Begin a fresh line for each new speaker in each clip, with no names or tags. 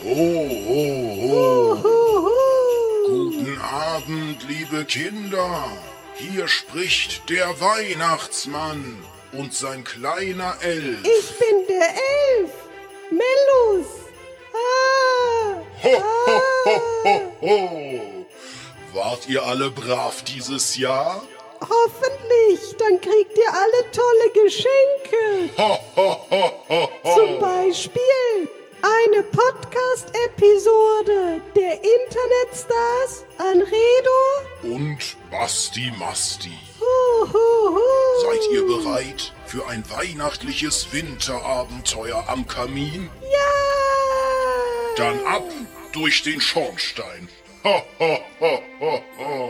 Ho, ho, ho. Guten Abend, liebe Kinder. Hier spricht der Weihnachtsmann und sein kleiner Elf.
Ich bin der Elf, Mellus.
Ho, ho, ho, ho, ho. Wart ihr alle brav dieses Jahr?
Hoffentlich, dann kriegt ihr alle tolle Geschenke.
Ho, ho, ho, ho, ho.
Zum Beispiel eine Podcast-Episode der Internetstars Anredo
Und Basti Masti.
Hu, hu, hu.
Seid ihr bereit für ein weihnachtliches Winterabenteuer am Kamin?
Ja!
Dann ab durch den Schornstein. Ho, ho, ho, ho, ho.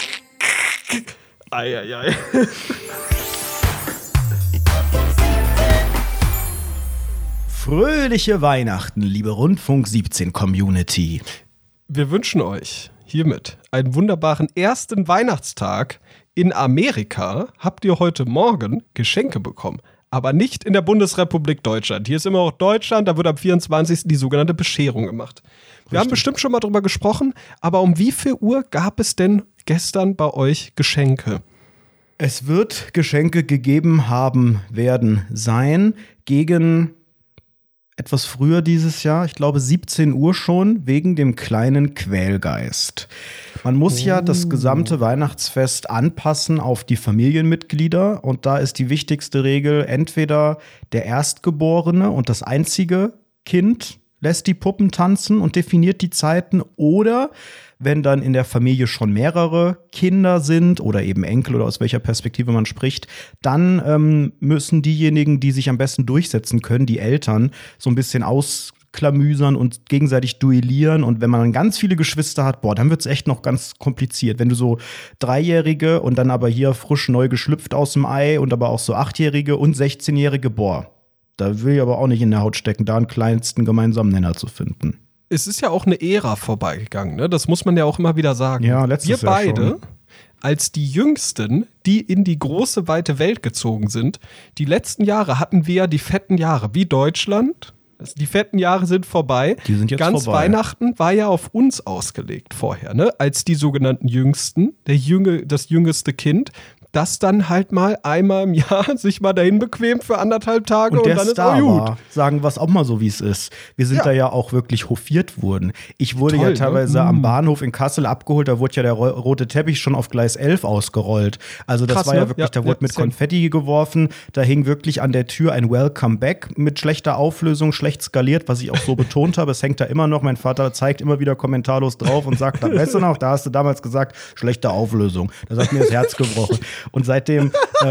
Eieiei.
Fröhliche Weihnachten, liebe Rundfunk 17 Community.
Wir wünschen euch hiermit einen wunderbaren ersten Weihnachtstag. In Amerika habt ihr heute Morgen Geschenke bekommen, aber nicht in der Bundesrepublik Deutschland. Hier ist immer noch Deutschland, da wird am 24. die sogenannte Bescherung gemacht. Wir haben bestimmt schon mal drüber gesprochen, aber um wie viel Uhr gab es denn gestern bei euch Geschenke?
Es wird Geschenke gegeben werden sein gegen etwas früher dieses Jahr, ich glaube 17 Uhr schon, wegen dem kleinen Quälgeist. Man muss ja das gesamte Weihnachtsfest anpassen auf die Familienmitglieder und da ist die wichtigste Regel, entweder der Erstgeborene und das einzige Kind lässt die Puppen tanzen und definiert die Zeiten oder wenn dann in der Familie schon mehrere Kinder sind oder eben Enkel oder aus welcher Perspektive man spricht, dann müssen diejenigen, die sich am besten durchsetzen können, die Eltern, so ein bisschen ausklamüsern und gegenseitig duellieren. Und wenn man dann ganz viele Geschwister hat, dann wird es echt noch ganz kompliziert. Wenn du so Dreijährige und dann aber hier frisch neu geschlüpft aus dem Ei und aber auch so Achtjährige und 16-Jährige, da will ich aber auch nicht in der Haut stecken, da einen kleinsten gemeinsamen Nenner zu finden.
Es ist ja auch eine Ära vorbeigegangen, ne? Das muss man ja auch immer wieder sagen.
Ja, letztes Jahr
Wir beide,
schon.
als die Jüngsten, die in die große, weite Welt gezogen sind, die letzten Jahre hatten wir ja die fetten Jahre, wie Deutschland. Die fetten Jahre sind vorbei.
Die sind jetzt
Ganz
vorbei.
Weihnachten war ja auf uns ausgelegt vorher, ne? Als die sogenannten Jüngsten, das jüngste Kind, das dann halt mal einmal im Jahr sich mal dahin bequemt für 1,5 Tage und
der
dann ist
Star
auch gut.
war, sagen wir es auch mal so, wie es ist. Wir sind da ja auch wirklich hofiert worden. Ich wurde
Toll,
ja
ne?
teilweise am Bahnhof in Kassel abgeholt, da wurde ja der rote Teppich schon auf Gleis 11 ausgerollt. Also das
Krass,
war ja
ne?
wirklich,
Ja,
da wurde mit
same.
Konfetti geworfen, da hing wirklich an der Tür ein Welcome Back mit schlechter Auflösung, schlecht skaliert, was ich auch so betont habe. Es hängt da immer noch, mein Vater zeigt immer wieder kommentarlos drauf und sagt, weißt du noch, da hast du damals gesagt, schlechte Auflösung. Das hat mir das Herz gebrochen. Und seitdem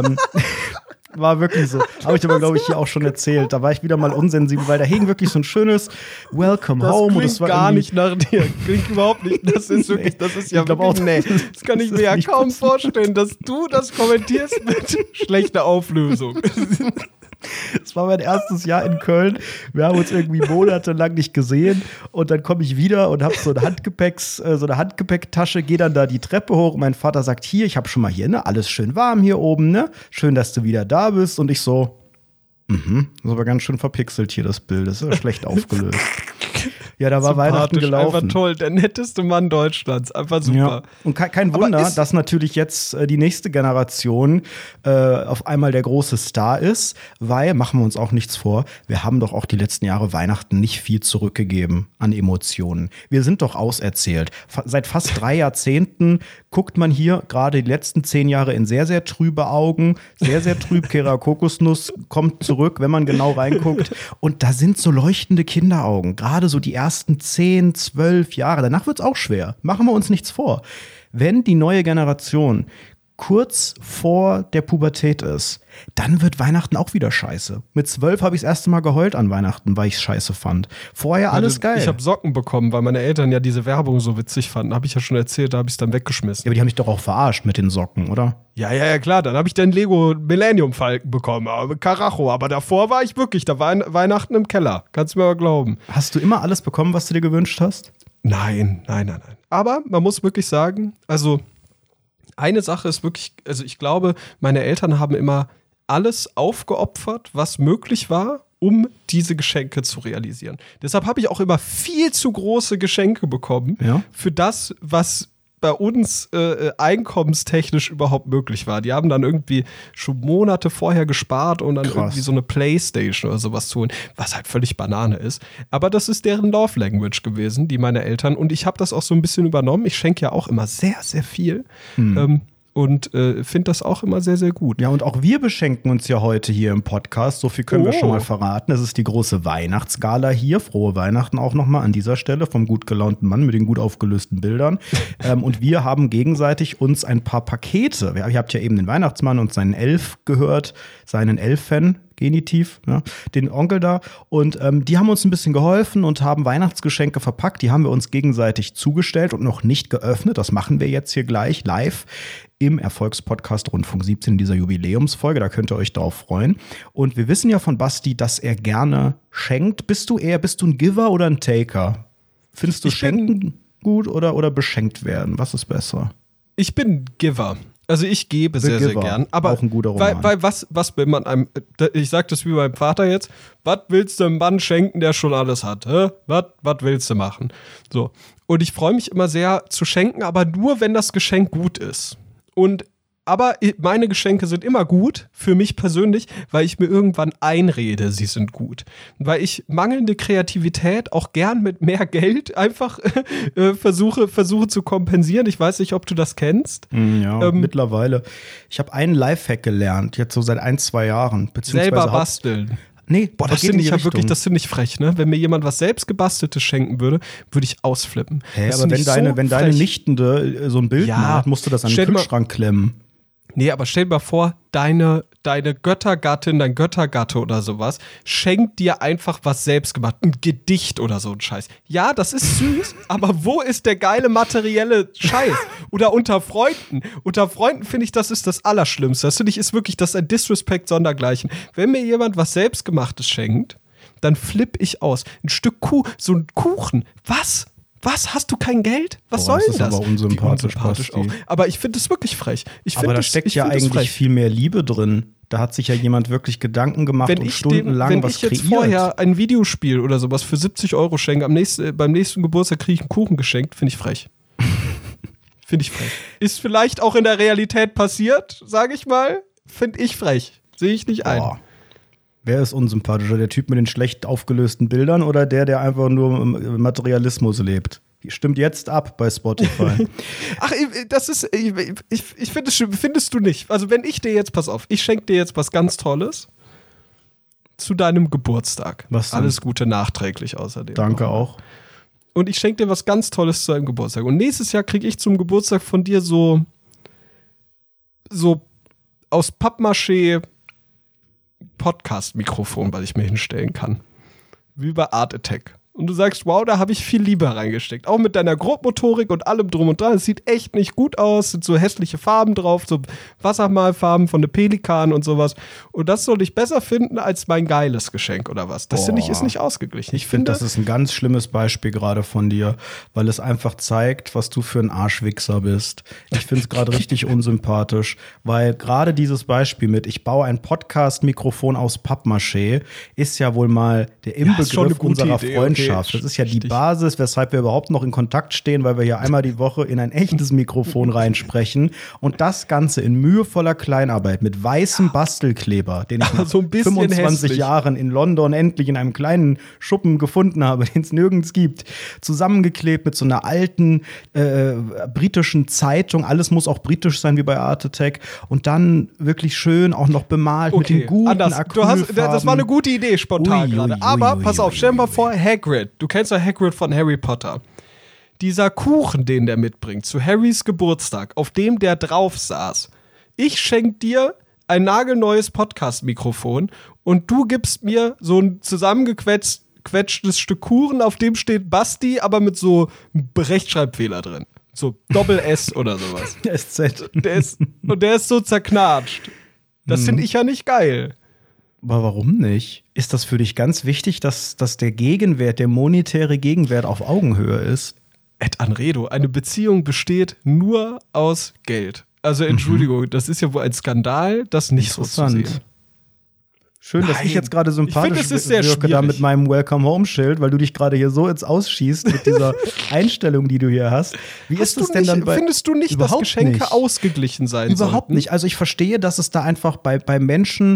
war wirklich so. Habe ich aber, glaube ich, hier auch schon erzählt. Da war ich wieder mal unsensibel, weil da hing wirklich so ein schönes Welcome
Das
Home.
klingt
Und das war
gar
irgendwie-
nicht nach dir. Klingt überhaupt nicht. Das ist wirklich, das ist ja
Ich glaub
wirklich,
auch,
nee. Das kann ich
das
mir ja
ist nicht
kaum
passiert.
vorstellen, dass du das kommentierst mit schlechter Auflösung.
Das war mein erstes Jahr in Köln. Wir haben uns irgendwie monatelang nicht gesehen. Und dann komme ich wieder und habe so eine Handgepäcktasche, gehe dann da die Treppe hoch. Und mein Vater sagt, hier, ich habe schon mal hier, ne, alles schön warm hier oben, ne? Schön, dass du wieder da bist. Und ich so, das ist aber ganz schön verpixelt hier, das Bild. Das ist ja schlecht aufgelöst. Ja, da war Weihnachten
Sympathisch,
gelaufen.
Einfach toll. Der netteste Mann Deutschlands. Einfach super.
Ja. Und kein
Aber
Wunder,
ist-
dass natürlich jetzt die nächste Generation auf einmal der große Star ist, weil, machen wir uns auch nichts vor, wir haben doch auch die letzten Jahre Weihnachten nicht viel zurückgegeben an Emotionen. Wir sind doch auserzählt. Seit fast 3 Jahrzehnten guckt man hier gerade die letzten 10 Jahre in sehr, sehr trübe Augen, sehr, sehr trüb. Kera Kokosnuss kommt zurück, wenn man genau reinguckt. Und da sind so leuchtende Kinderaugen, gerade so die ersten 10, 12 Jahre. Danach wird's auch schwer. Machen wir uns nichts vor. Wenn die neue Generation kurz vor der Pubertät ist, dann wird Weihnachten auch wieder scheiße. Mit 12 habe ich das erste Mal geheult an Weihnachten, weil ich es scheiße fand. Vorher alles geil.
Ich habe Socken bekommen, weil meine Eltern ja diese Werbung so witzig fanden. Habe ich ja schon erzählt, da habe ich es dann weggeschmissen.
Ja, aber die haben mich doch auch verarscht mit den Socken, oder?
Ja, klar. Dann habe ich den Lego Millennium Falken bekommen. Aber Karacho. Aber davor war ich wirklich, da war Weihnachten im Keller. Kannst du mir mal glauben.
Hast du immer alles bekommen, was du dir gewünscht hast?
Nein. Aber man muss wirklich sagen, also eine Sache ist wirklich, also ich glaube, meine Eltern haben immer alles aufgeopfert, was möglich war, um diese Geschenke zu realisieren. Deshalb habe ich auch immer viel zu große Geschenke bekommen für das, was bei uns einkommenstechnisch überhaupt möglich war. Die haben dann irgendwie schon Monate vorher gespart, um dann irgendwie so eine Playstation oder sowas zu holen, was halt völlig Banane ist. Aber das ist deren Love Language gewesen, die meine Eltern. Und ich habe das auch so ein bisschen übernommen. Ich schenke ja auch immer sehr, sehr viel. Und finde das auch immer sehr, sehr gut.
Ja, und auch wir beschenken uns ja heute hier im Podcast. So viel können wir schon mal verraten. Es ist die große Weihnachtsgala hier. Frohe Weihnachten auch nochmal an dieser Stelle vom gut gelaunten Mann mit den gut aufgelösten Bildern. Und wir haben gegenseitig uns ein paar Pakete. Ihr habt ja eben den Weihnachtsmann und seinen Elf gehört, seinen Elfen. Genitiv, ja, den Onkel da. Und die haben uns ein bisschen geholfen und haben Weihnachtsgeschenke verpackt. Die haben wir uns gegenseitig zugestellt und noch nicht geöffnet. Das machen wir jetzt hier gleich live im Erfolgspodcast Rundfunk 17 in dieser Jubiläumsfolge. Da könnt ihr euch drauf freuen. Und wir wissen ja von Basti, dass er gerne schenkt. Bist du ein Giver oder ein Taker? Findest du Schenken gut oder beschenkt werden? Was ist besser?
Ich bin Giver. Also ich gebe sehr, sehr gern. Aber
auch ein guter Roman.
Weil was will man einem, ich sag das wie meinem Vater jetzt, was willst du einem Mann schenken, der schon alles hat? Was willst du machen? So. Und ich freue mich immer sehr zu schenken, aber nur, wenn das Geschenk gut ist. Aber meine Geschenke sind immer gut, für mich persönlich, weil ich mir irgendwann einrede, sie sind gut. Weil ich mangelnde Kreativität auch gern mit mehr Geld einfach versuche zu kompensieren. Ich weiß nicht, ob du das kennst.
Ja, mittlerweile. Ich habe einen Lifehack gelernt, jetzt so seit 1-2 Jahren.
Selber basteln.
Nee,
das finde ich ja wirklich, das finde ich frech, ne? Wenn mir jemand was selbstgebasteltes schenken würde, würde ich ausflippen.
Aber wenn deine Nichtende so ein Bild macht, musst du das an den Kühlschrank klemmen.
Nee, aber stell dir mal vor, deine Göttergattin, dein Göttergatte oder sowas schenkt dir einfach was selbstgemacht, ein Gedicht oder so ein Scheiß. Ja, das ist süß, aber wo ist der geile materielle Scheiß? Oder unter Freunden. Unter Freunden finde ich, das ist das Allerschlimmste. Das finde ich ist wirklich, das ist ein Disrespect sondergleichen. Wenn mir jemand was Selbstgemachtes schenkt, dann flippe ich aus. Ein Stück so ein Kuchen. Was? Was? Hast du kein Geld? Was soll denn das?
Das ist aber unsympathisch
auch. Aber ich finde es wirklich frech.
Aber da steckt ja eigentlich viel mehr Liebe drin. Da hat sich ja jemand wirklich Gedanken gemacht und stundenlang was kreiert. Wenn ich jetzt
vorher ein Videospiel oder sowas für 70 € schenke, beim nächsten Geburtstag kriege ich einen Kuchen geschenkt, finde ich frech. Finde ich frech. Ist vielleicht auch in der Realität passiert, sage ich mal. Finde ich frech. Sehe ich nicht ein.
Wer ist unsympathischer? Der Typ mit den schlecht aufgelösten Bildern oder der einfach nur im Materialismus lebt? Stimmt jetzt ab bei Spotify.
Ach, das ist, ich finde, findest du nicht. Also wenn ich dir jetzt, pass auf, ich schenke dir jetzt was ganz Tolles zu deinem Geburtstag.
Was denn?
Alles Gute nachträglich außerdem.
Danke auch.
Und ich schenke dir was ganz Tolles zu deinem Geburtstag. Und nächstes Jahr kriege ich zum Geburtstag von dir so aus Pappmaché Podcast-Mikrofon, was ich mir hinstellen kann. Wie bei Art Attack. Und du sagst, wow, da habe ich viel Liebe reingesteckt. Auch mit deiner Grobmotorik und allem drum und dran. Es sieht echt nicht gut aus. Sind so hässliche Farben drauf, so Wassermalfarben von der Pelikan und sowas. Und das soll ich besser finden als mein geiles Geschenk oder was? Das finde ich ist nicht ausgeglichen.
Ich finde, das ist ein ganz schlimmes Beispiel gerade von dir, weil es einfach zeigt, was du für ein Arschwichser bist. Ich finde es gerade richtig unsympathisch, weil gerade dieses Beispiel mit, ich baue ein Podcast-Mikrofon aus Pappmaché, ist ja wohl mal der Inbegriff unserer Freundschaft. Das ist ja die Basis, weshalb wir überhaupt noch in Kontakt stehen, weil wir hier einmal die Woche in ein echtes Mikrofon reinsprechen. Und das Ganze in mühevoller Kleinarbeit mit weißem Bastelkleber, den ich nach
so
25 Jahren in London endlich in einem kleinen Schuppen gefunden habe, den es nirgends gibt, zusammengeklebt mit so einer alten britischen Zeitung. Alles muss auch britisch sein, wie bei Art Attack. Und dann wirklich schön auch noch bemalt mit den guten Acrylfarben.
Das war eine gute Idee spontan gerade. Aber pass auf, stell dir mal vor, Hagrid. Du kennst ja Hagrid von Harry Potter. Dieser Kuchen, den der mitbringt zu Harrys Geburtstag, auf dem der drauf saß. Ich schenke dir ein nagelneues Podcast-Mikrofon und du gibst mir so ein zusammengequetschtes Stück Kuchen, auf dem steht Basti, aber mit so einem Rechtschreibfehler drin. So Doppel-S oder sowas.
SZ.
Der ist so zerknatscht. Das finde ich ja nicht geil.
Aber warum nicht? Ist das für dich ganz wichtig, dass der Gegenwert, der monetäre Gegenwert auf Augenhöhe ist?
Ed Anredo, eine Beziehung besteht nur aus Geld. Also Entschuldigung, das ist ja wohl ein Skandal, das nicht so zu sehen.
Schön, dass ich jetzt gerade sympathisch wirke da mit meinem Welcome-Home-Schild, weil du dich gerade hier so ins Ausschießt mit dieser Einstellung, die du hier hast. Wie ist das denn dann bei...
Findest du nicht, dass Geschenke ausgeglichen sein sollten?
Überhaupt nicht. Also ich verstehe, dass es da einfach bei Menschen,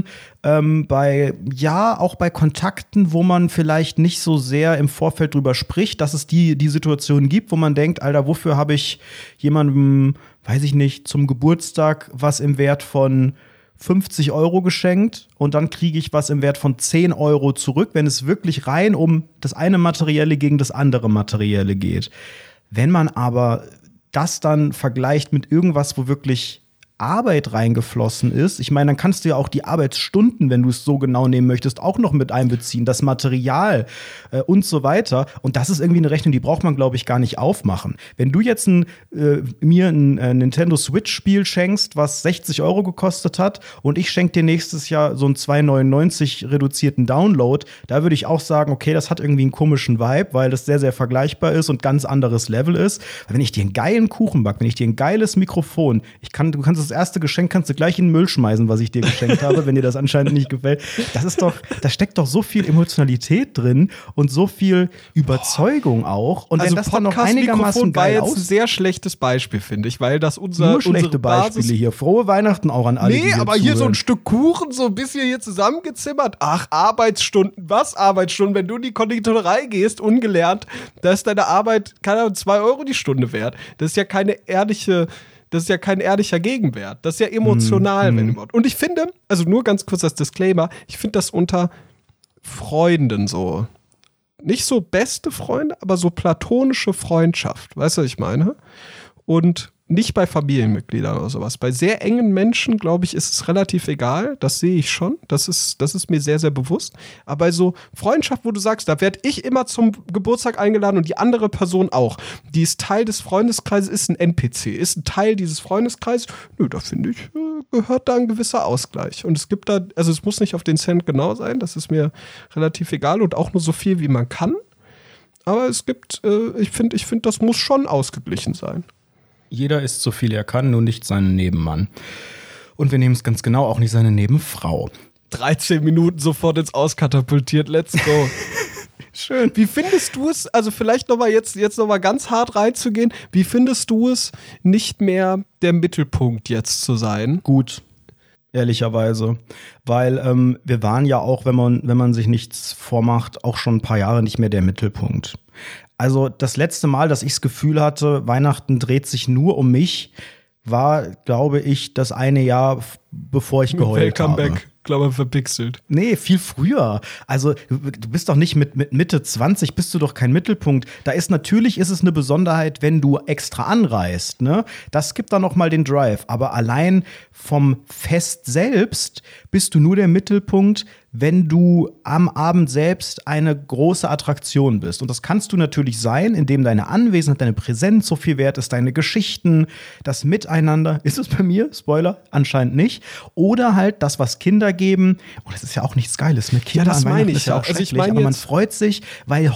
auch bei Kontakten, wo man vielleicht nicht so sehr im Vorfeld drüber spricht, dass es die Situation gibt, wo man denkt, Alter, wofür habe ich jemandem, weiß ich nicht, zum Geburtstag was im Wert von 50 € geschenkt und dann kriege ich was im Wert von 10 € zurück, wenn es wirklich rein um das eine Materielle gegen das andere Materielle geht. Wenn man aber das dann vergleicht mit irgendwas, wo wirklich Arbeit reingeflossen ist, ich meine, dann kannst du ja auch die Arbeitsstunden, wenn du es so genau nehmen möchtest, auch noch mit einbeziehen, das Material und so weiter. Und das ist irgendwie eine Rechnung, die braucht man, glaube ich, gar nicht aufmachen. Wenn du jetzt mir ein Nintendo Switch-Spiel schenkst, was 60 € gekostet hat und ich schenke dir nächstes Jahr so einen 2,99 reduzierten Download, da würde ich auch sagen, okay, das hat irgendwie einen komischen Vibe, weil das sehr, sehr vergleichbar ist und ganz anderes Level ist. Weil wenn ich dir einen geilen Kuchen backe, wenn ich dir ein geiles Mikrofon, du kannst das erste Geschenk kannst du gleich in den Müll schmeißen, was ich dir geschenkt habe, wenn dir das anscheinend nicht gefällt. Da steckt doch so viel Emotionalität drin und so viel Überzeugung auch. Und
also
wenn das dann noch einigermaßen geil
war jetzt ein sehr schlechtes Beispiel, finde ich, weil das
nur schlechte Beispiele hier. Frohe Weihnachten auch an alle, die hier
aber
zuhören.
hier so ein Stück Kuchen, so ein bisschen hier zusammengezimmert. Ach, Arbeitsstunden. Was Arbeitsstunden? Wenn du in die Konditorei gehst, ungelernt, da ist deine Arbeit, keine Ahnung, 2 € die Stunde wert. Das ist ja kein ehrlicher Gegenwert. Das ist ja emotional, wenn überhaupt. Und ich finde, also nur ganz kurz als Disclaimer, ich finde das unter Freunden so, nicht so beste Freunde, aber so platonische Freundschaft. Weißt du, was ich meine? Und nicht bei Familienmitgliedern oder sowas. Bei sehr engen Menschen, glaube ich, ist es relativ egal. Das sehe ich schon. Das ist mir sehr, sehr bewusst. Aber bei so Freundschaft, wo du sagst, da werde ich immer zum Geburtstag eingeladen und die andere Person auch. Die ist Teil des Freundeskreises, ist ein NPC, ist ein Teil dieses Freundeskreises. Nö, da finde ich, gehört da ein gewisser Ausgleich. Und es gibt da, also es muss nicht auf den Cent genau sein, das ist mir relativ egal und auch nur so viel, wie man kann. Aber es gibt, ich finde, das muss schon ausgeglichen sein.
Jeder isst so viel er kann, nur nicht seinen Nebenmann. Und wir nehmen es ganz genau, auch nicht seine Nebenfrau.
13 Minuten sofort ins Auskatapultiert, let's go.
Schön.
Wie findest du es, also vielleicht noch mal jetzt noch mal ganz hart reinzugehen, wie findest du es, nicht mehr der Mittelpunkt jetzt zu sein?
Gut, ehrlicherweise. Weil wir waren ja auch, wenn man sich nichts vormacht, auch schon ein paar Jahre nicht mehr der Mittelpunkt. Also das letzte Mal, dass ich das Gefühl hatte, Weihnachten dreht sich nur um mich, war, glaube ich, das eine Jahr, bevor ich geheult habe.
Welcome back, Klammer verpixelt.
Nee, viel früher. Also du bist doch nicht mit Mitte 20, bist du doch kein Mittelpunkt. Natürlich ist es eine Besonderheit, wenn du extra anreist, ne? Das gibt dann noch mal den Drive. Aber allein vom Fest selbst bist du nur der Mittelpunkt, wenn du am Abend selbst eine große Attraktion bist. Und das kannst du natürlich sein, indem deine Anwesenheit, deine Präsenz so viel wert ist, deine Geschichten, das Miteinander. Ist es bei mir? Spoiler, anscheinend nicht. Oder halt das, was Kinder geben. Und das ist ja auch nichts Geiles. Mit Kindern
das
an
meine
Weihnachten
ich
ist ja auch schrecklich. Aber man freut sich, weil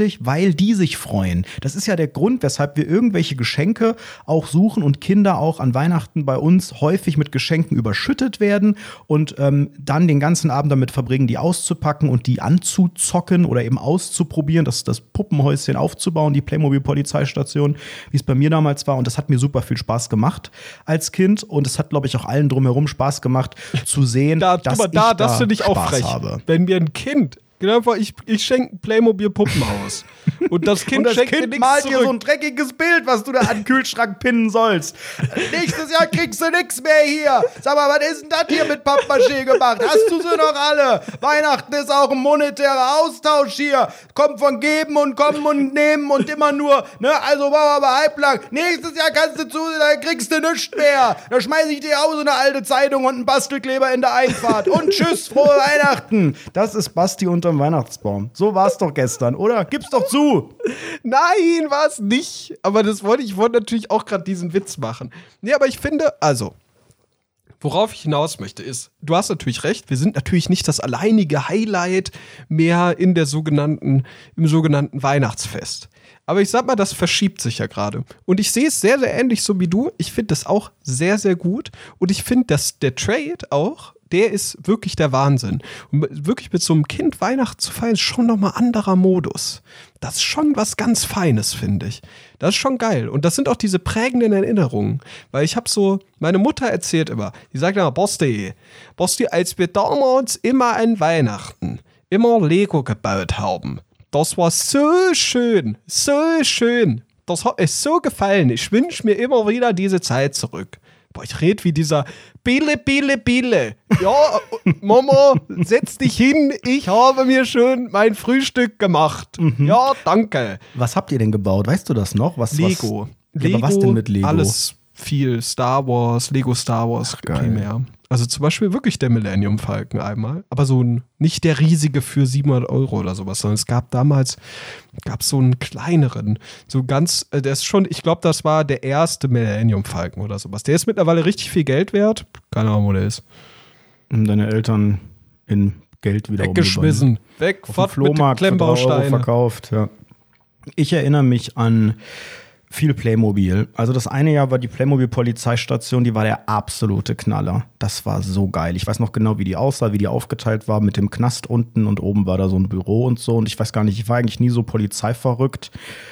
die sich freuen. Das ist ja der Grund, weshalb wir irgendwelche Geschenke auch suchen und Kinder auch an Weihnachten bei uns häufig mit Geschenken überschüttet werden und dann den ganzen Abend damit verbringen, die auszupacken und die anzuzocken oder eben auszuprobieren, das Puppenhäuschen aufzubauen, die Playmobil-Polizeistation, wie es bei mir damals war. Und das hat mir super viel Spaß gemacht als Kind. Und es hat, glaube ich, auch allen drumherum Spaß gemacht, zu sehen, dass ich da
finde ich auch
Spaß
frech.
habe.
Wenn mir ein Kind, genau, ich schenke ein Playmobil-Puppenhaus. Und das Kind schenkt mir nichts
malt
zurück.
dir so ein dreckiges Bild, was du da an den Kühlschrank pinnen sollst. Nächstes Jahr kriegst du nix mehr hier. Sag mal, was ist denn das hier mit Pappmaché gemacht? Hast du sie noch alle? Weihnachten ist auch ein monetärer Austausch hier. Kommt von Geben und Kommen und Nehmen und immer nur, ne? Also machen wir mal halblang. Nächstes Jahr kannst du dann kriegst du nichts mehr. Da schmeiß ich dir auch so eine alte Zeitung und einen Bastelkleber in der Einfahrt. Und tschüss, frohe Weihnachten. Das ist Basti unterm Weihnachtsbaum. So war's doch gestern, oder? Gib's doch zu.
Nein, war es nicht. Aber ich wollte natürlich auch gerade diesen Witz machen. Nee, aber ich finde, also, worauf ich hinaus möchte, ist, du hast natürlich recht, wir sind natürlich nicht das alleinige Highlight mehr im sogenannten Weihnachtsfest. Aber ich sag mal, das verschiebt sich ja gerade. Und ich sehe es sehr, sehr ähnlich so wie du. Ich finde das auch sehr, sehr gut. Und ich finde, dass der Trade auch, der ist wirklich der Wahnsinn. Und wirklich mit so einem Kind Weihnachten zu feiern, ist schon nochmal anderer Modus. Das ist schon was ganz Feines, finde ich. Das ist schon geil. Und das sind auch diese prägenden Erinnerungen. Weil ich habe so, meine Mutter erzählt immer, die sagt immer, Bosti, als wir damals immer an Weihnachten immer Lego gebaut haben, das war so schön, so schön. Das hat mir so gefallen. Ich wünsche mir immer wieder diese Zeit zurück. Boah, ich rede wie dieser Biele. Ja, Mama, setz dich hin. Ich habe mir schon mein Frühstück gemacht. Ja, danke.
Was habt ihr denn gebaut? Weißt du das noch?
Lego.
Aber was denn mit Lego?
Alles viel. Star Wars, Lego Star Wars primär. Also zum Beispiel wirklich der Millennium Falcon einmal. Aber so nicht der riesige für 700 € oder sowas, sondern es gab damals so einen kleineren. So ganz, der ist schon, ich glaube, das war der erste Millennium Falcon oder sowas. Der ist mittlerweile richtig viel Geld wert. Keine Ahnung, wo der ist.
Und deine Eltern in Geld wieder
weggeschmissen. Weg,
fort mit dem Klemmbaustein. Verkauft, ja. Ich erinnere mich an viel Playmobil. Also das eine Jahr war die Playmobil-Polizeistation, die war der absolute Knaller. Das war so geil. Ich weiß noch genau, wie die aussah, wie die aufgeteilt war mit dem Knast unten und oben war da so ein Büro und so. Und ich weiß gar nicht, ich war eigentlich nie so polizeiverrückt.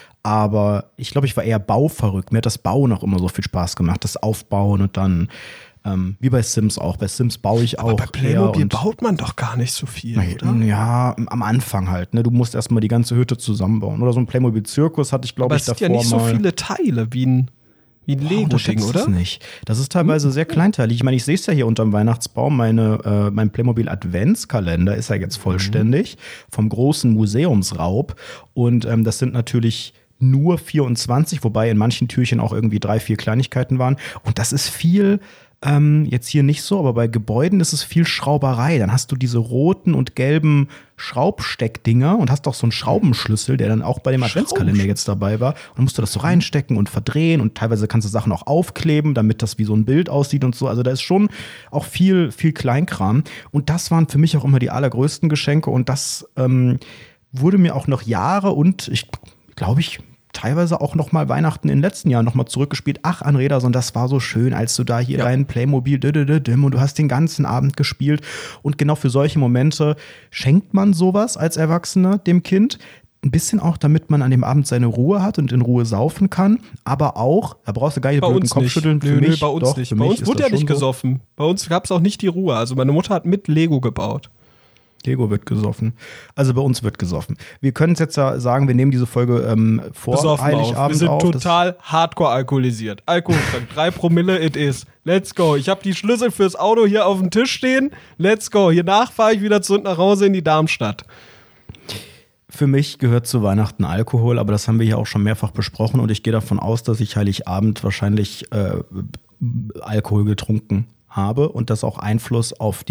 Aber ich glaube, ich war eher bauverrückt. Mir hat das Bauen auch immer so viel Spaß gemacht. Das Aufbauen und dann wie bei Sims auch. Bei Sims baue ich auch.
Aber bei Playmobil baut man doch gar nicht so viel, oder?
Ja, am Anfang halt. Ne? Du musst erstmal die ganze Hütte zusammenbauen. Oder so ein Playmobil-Zirkus hatte ich, glaube ich, davor mal. Aber es sind ja nicht so viele
Teile wie ein Lego-Ding, oder?
Das nicht. Das ist teilweise sehr kleinteilig. Ich meine, ich sehe es ja hier unterm Weihnachtsbaum. Mein Playmobil-Adventskalender ist ja jetzt vollständig vom großen Museumsraub. Und das sind natürlich nur 24, wobei in manchen Türchen auch irgendwie 3, 4 Kleinigkeiten waren. Und das ist viel. Jetzt hier nicht so, aber bei Gebäuden ist es viel Schrauberei. Dann hast du diese roten und gelben Schraubsteckdinger und hast auch so einen Schraubenschlüssel, der dann auch bei dem Adventskalender jetzt dabei war. Und dann musst du das so reinstecken und verdrehen und teilweise kannst du Sachen auch aufkleben, damit das wie so ein Bild aussieht und so. Also da ist schon auch viel Kleinkram. Und das waren für mich auch immer die allergrößten Geschenke und das wurde mir auch noch Jahre und ich glaube, teilweise auch noch mal Weihnachten in den letzten Jahren noch mal zurückgespielt. Ach, Anrederson, das war so schön, als du da hier dein Playmobil und du hast den ganzen Abend gespielt. Und genau für solche Momente schenkt man sowas als Erwachsener dem Kind. Ein bisschen auch, damit man an dem Abend seine Ruhe hat und in Ruhe saufen kann. Aber auch, da brauchst du gar nicht blöden Kopf schütteln.
Für mich, bei uns nicht. Bei uns wurde ja nicht gesoffen. Bei uns gab es auch nicht die Ruhe. Also meine Mutter hat mit Lego gebaut.
Lego wird gesoffen. Also bei uns wird gesoffen. Wir können es jetzt sagen, wir nehmen diese Folge vor Heiligabend auf.
Wir sind total hardcore alkoholisiert. Alkoholkrank, 3 Promille it is. Let's go. Ich habe die Schlüssel fürs Auto hier auf dem Tisch stehen. Let's go. Hiernach fahre ich wieder zurück nach Hause in die Darmstadt.
Für mich gehört zu Weihnachten Alkohol, aber das haben wir hier auch schon mehrfach besprochen und ich gehe davon aus, dass ich Heiligabend wahrscheinlich Alkohol getrunken habe und das auch Einfluss auf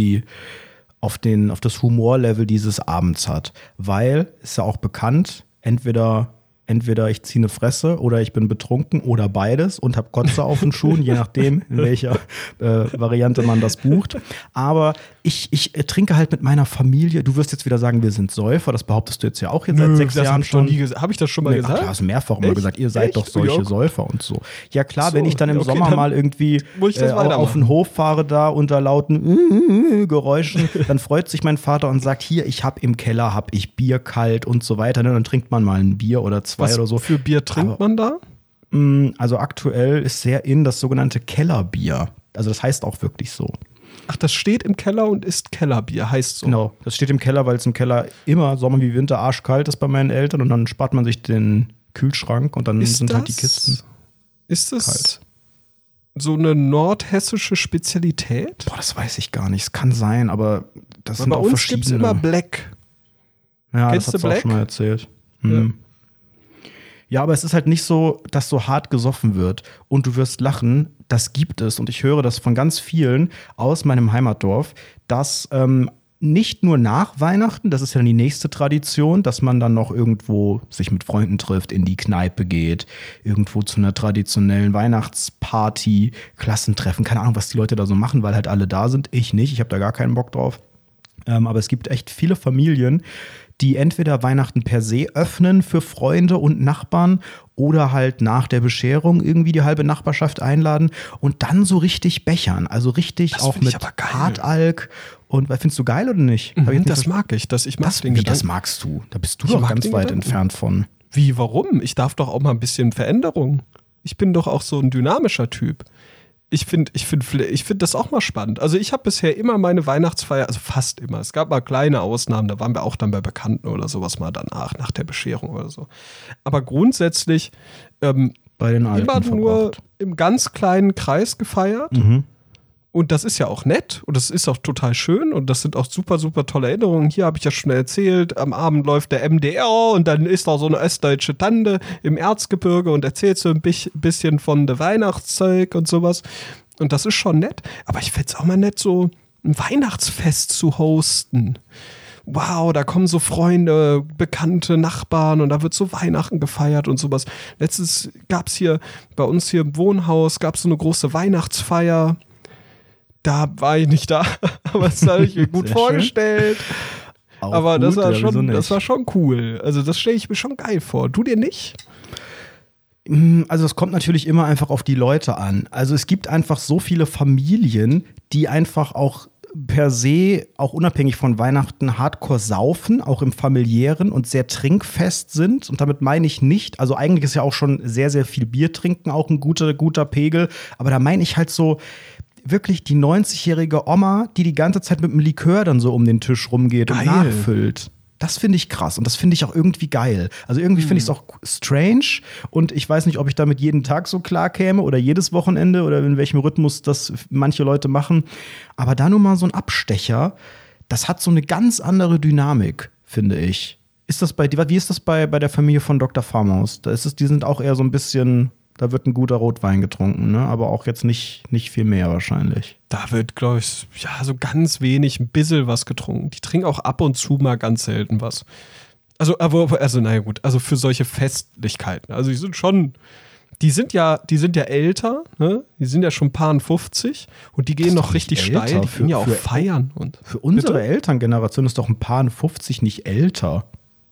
das Humorlevel dieses Abends hat. Weil, ist ja auch bekannt, entweder ich ziehe eine Fresse oder ich bin betrunken oder beides und habe Kotze auf den Schuhen, je nachdem, in welcher Variante man das bucht. Aber ich trinke halt mit meiner Familie. Du wirst jetzt wieder sagen, wir sind Säufer. Das behauptest du jetzt ja auch jetzt seit 6 Jahren schon.
Habe ich das schon mal gesagt?
Klar, hast du mehrfach immer gesagt, ihr seid doch solche Säufer und so. Ja klar, wenn ich dann im Sommer mal irgendwie auf den Hof fahre da unter lauten Geräuschen, dann freut sich mein Vater und sagt, hier, ich habe im Keller Bier kalt und so weiter. Dann trinkt man mal ein Bier oder 2 oder so.
Was für Bier trinkt man da?
Also aktuell ist sehr in das sogenannte Kellerbier. Also das heißt auch wirklich so.
Ach, das steht im Keller und ist Kellerbier, heißt so.
Genau, das steht im Keller, weil es im Keller immer Sommer wie Winter arschkalt ist bei meinen Eltern und dann spart man sich den Kühlschrank und dann sind halt die Kisten.
Ist das kalt. So eine nordhessische Spezialität?
Boah, das weiß ich gar nicht. Es kann sein, aber das sind auch verschiedene. Bei uns gibt's
immer Black.
Ja, das hast du auch schon mal erzählt. Ja. Ja, aber es ist halt nicht so, dass so hart gesoffen wird. Und du wirst lachen, das gibt es. Und ich höre das von ganz vielen aus meinem Heimatdorf, dass nicht nur nach Weihnachten, das ist ja dann die nächste Tradition, dass man dann noch irgendwo sich mit Freunden trifft, in die Kneipe geht, irgendwo zu einer traditionellen Weihnachtsparty, Klassentreffen, keine Ahnung, was die Leute da so machen, weil halt alle da sind. Ich nicht, ich habe da gar keinen Bock drauf. Aber es gibt echt viele Familien, die entweder Weihnachten per se öffnen für Freunde und Nachbarn oder halt nach der Bescherung irgendwie die halbe Nachbarschaft einladen und dann so richtig bechern. Also richtig
Das
auch
find ich
mit
aber geil.
Hartalk. Und findest du geil oder nicht? Hab ich jetzt nicht
Das mag ich. Ich mag den
das
Gedanken.
magst du. Da bist du
Ich
doch
mag
ganz
den
weit
Gedanken.
entfernt von.
Wie, warum? Ich darf doch auch mal ein bisschen Veränderung. Ich bin doch auch so ein dynamischer Typ. Ich find das auch mal spannend. Also ich habe bisher immer meine Weihnachtsfeier, also fast immer. Es gab mal kleine Ausnahmen, da waren wir auch dann bei Bekannten oder sowas mal danach, nach der Bescherung oder so. Aber grundsätzlich
Bei den Alten
immer nur
verbracht.
im ganz kleinen Kreis gefeiert.
Mhm.
Und das ist ja auch nett und das ist auch total schön und das sind auch super, super tolle Erinnerungen. Hier habe ich ja schon erzählt, am Abend läuft der MDR und dann ist da so eine östdeutsche Tante im Erzgebirge und erzählt so ein bisschen von der Weihnachtszeug und sowas. Und das ist schon nett, aber ich fände es auch mal nett, so ein Weihnachtsfest zu hosten. Wow, da kommen so Freunde, Bekannte, Nachbarn und da wird so Weihnachten gefeiert und sowas. Letztens gab es hier bei uns hier im Wohnhaus, gab es so eine große Weihnachtsfeier. Da war ich nicht da, aber das habe ich mir gut
Sehr
vorgestellt.
Auch
Aber
gut,
das war
ja, wieso
schon,
nicht?
das war schon cool. Also das stelle ich mir schon geil vor. Du dir nicht?
Also es kommt natürlich immer einfach auf die Leute an. Also es gibt einfach so viele Familien, die einfach auch per se, auch unabhängig von Weihnachten, hardcore saufen, auch im familiären und sehr trinkfest sind. Und damit meine ich nicht, also eigentlich ist ja auch schon sehr, sehr viel Bier trinken auch ein guter Pegel. Aber da meine ich halt so wirklich die 90-jährige Oma, die ganze Zeit mit dem Likör dann so um den Tisch rumgeht und
Geil.
nachfüllt. Das finde ich krass und das finde ich auch irgendwie geil. Also irgendwie finde ich es auch strange und ich weiß nicht, ob ich damit jeden Tag so klar käme oder jedes Wochenende oder in welchem Rhythmus das manche Leute machen. Aber da nur mal so ein Abstecher, das hat so eine ganz andere Dynamik, finde ich. Ist das wie ist das bei der Familie von Dr. Farmaus? Die sind auch eher so ein bisschen, da wird ein guter Rotwein getrunken, ne? Aber auch jetzt nicht viel mehr wahrscheinlich.
Da wird, glaube ich, ja, so ganz wenig, ein bisschen was getrunken. Die trinken auch ab und zu mal ganz selten was. Also naja gut, also für solche Festlichkeiten. Also die sind ja älter, ne? Die sind ja schon paar 50 und die gehen noch richtig
älter.
steil. Die können ja auch
Für-
feiern.
Für unsere
Bitte?
Elterngeneration ist doch ein paar 50 nicht älter.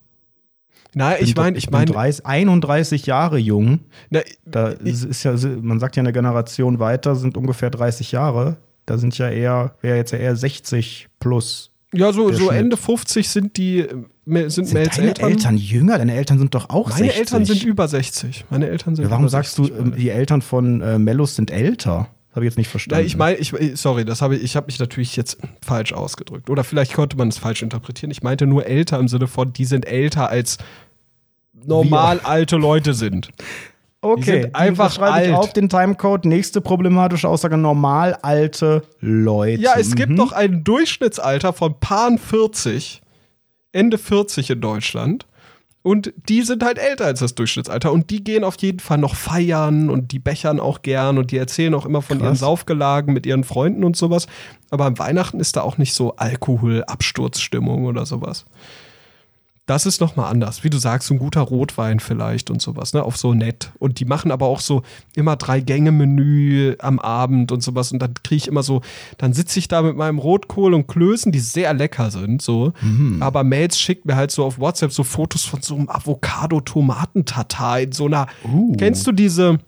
Nein, ich
bin
meine,
31 Jahre jung.
na,
Da ist ja, man sagt ja eine Generation weiter sind ungefähr 30 Jahre. Da sind wäre jetzt ja eher 60 plus.
ja, so
der Schnitt.
Ende 50 sind Mels
Sind deine
Eltern.
Eltern jünger? Deine Eltern sind doch auch
Meine
60.
Eltern sind über 60. Meine Eltern sind
Ja, warum
über
sagst du,
60.
die Eltern von Mellus sind älter? Das habe ich jetzt nicht
Ja,
verstanden.
ich meine, sorry, ich habe mich natürlich jetzt falsch ausgedrückt. Oder vielleicht konnte man es falsch interpretieren. Ich meinte nur älter im Sinne von, die sind älter als normal alte Leute sind.
okay,
sind einfach
schreibe ich
alt.
auf den Timecode. Nächste problematische Aussage: normal alte Leute.
Ja, es gibt doch ein Durchschnittsalter von Paaren 40, Ende 40 in Deutschland. Und die sind halt älter als das Durchschnittsalter. Und die gehen auf jeden Fall noch feiern und die bechern auch gern und die erzählen auch immer von ihren Saufgelagen mit ihren Freunden und sowas. Aber an Weihnachten ist da auch nicht so Alkohol-Absturzstimmung oder sowas. Das ist nochmal anders. Wie du sagst, so ein guter Rotwein vielleicht und sowas, ne? Auf so nett. Und die machen aber auch so immer 3-Gänge-Menü am Abend und sowas. Und dann kriege ich immer so, dann sitze ich da mit meinem Rotkohl und Klößen, die sehr lecker sind, so. Aber Mails schickt mir halt so auf WhatsApp so Fotos von so einem Avocado-Tomaten-Tatar in so einer, kennst du diese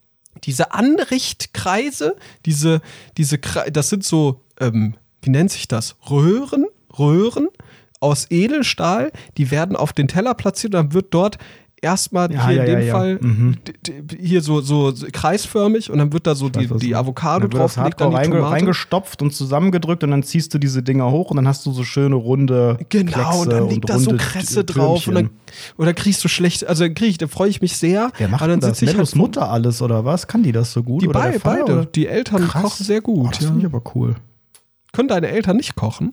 Anrichtkreise? Das sind so, wie nennt sich das? Röhren aus Edelstahl, die werden auf den Teller platziert und dann wird dort erstmal hier in dem Fall hier so kreisförmig und dann wird da so die Avocado draufgelegt, dann die Tomate.
Reingestopft und zusammengedrückt und dann ziehst du diese Dinger hoch und dann hast du so schöne runde
Genau,
Kleckse
und dann liegt da so
runde
Kresse drauf
Türmchen.
oder kriegst du schlecht, also da freue ich mich sehr.
Wer macht
aber dann
denn das?
sitze ich
Mellus
halt
Mutter alles oder was? Kann die das so gut?
die
oder der Vater,
beide,
oder?
die Eltern
Krass.
kochen sehr
Oh,
gut.
das finde ich aber cool.
Können deine Eltern nicht kochen?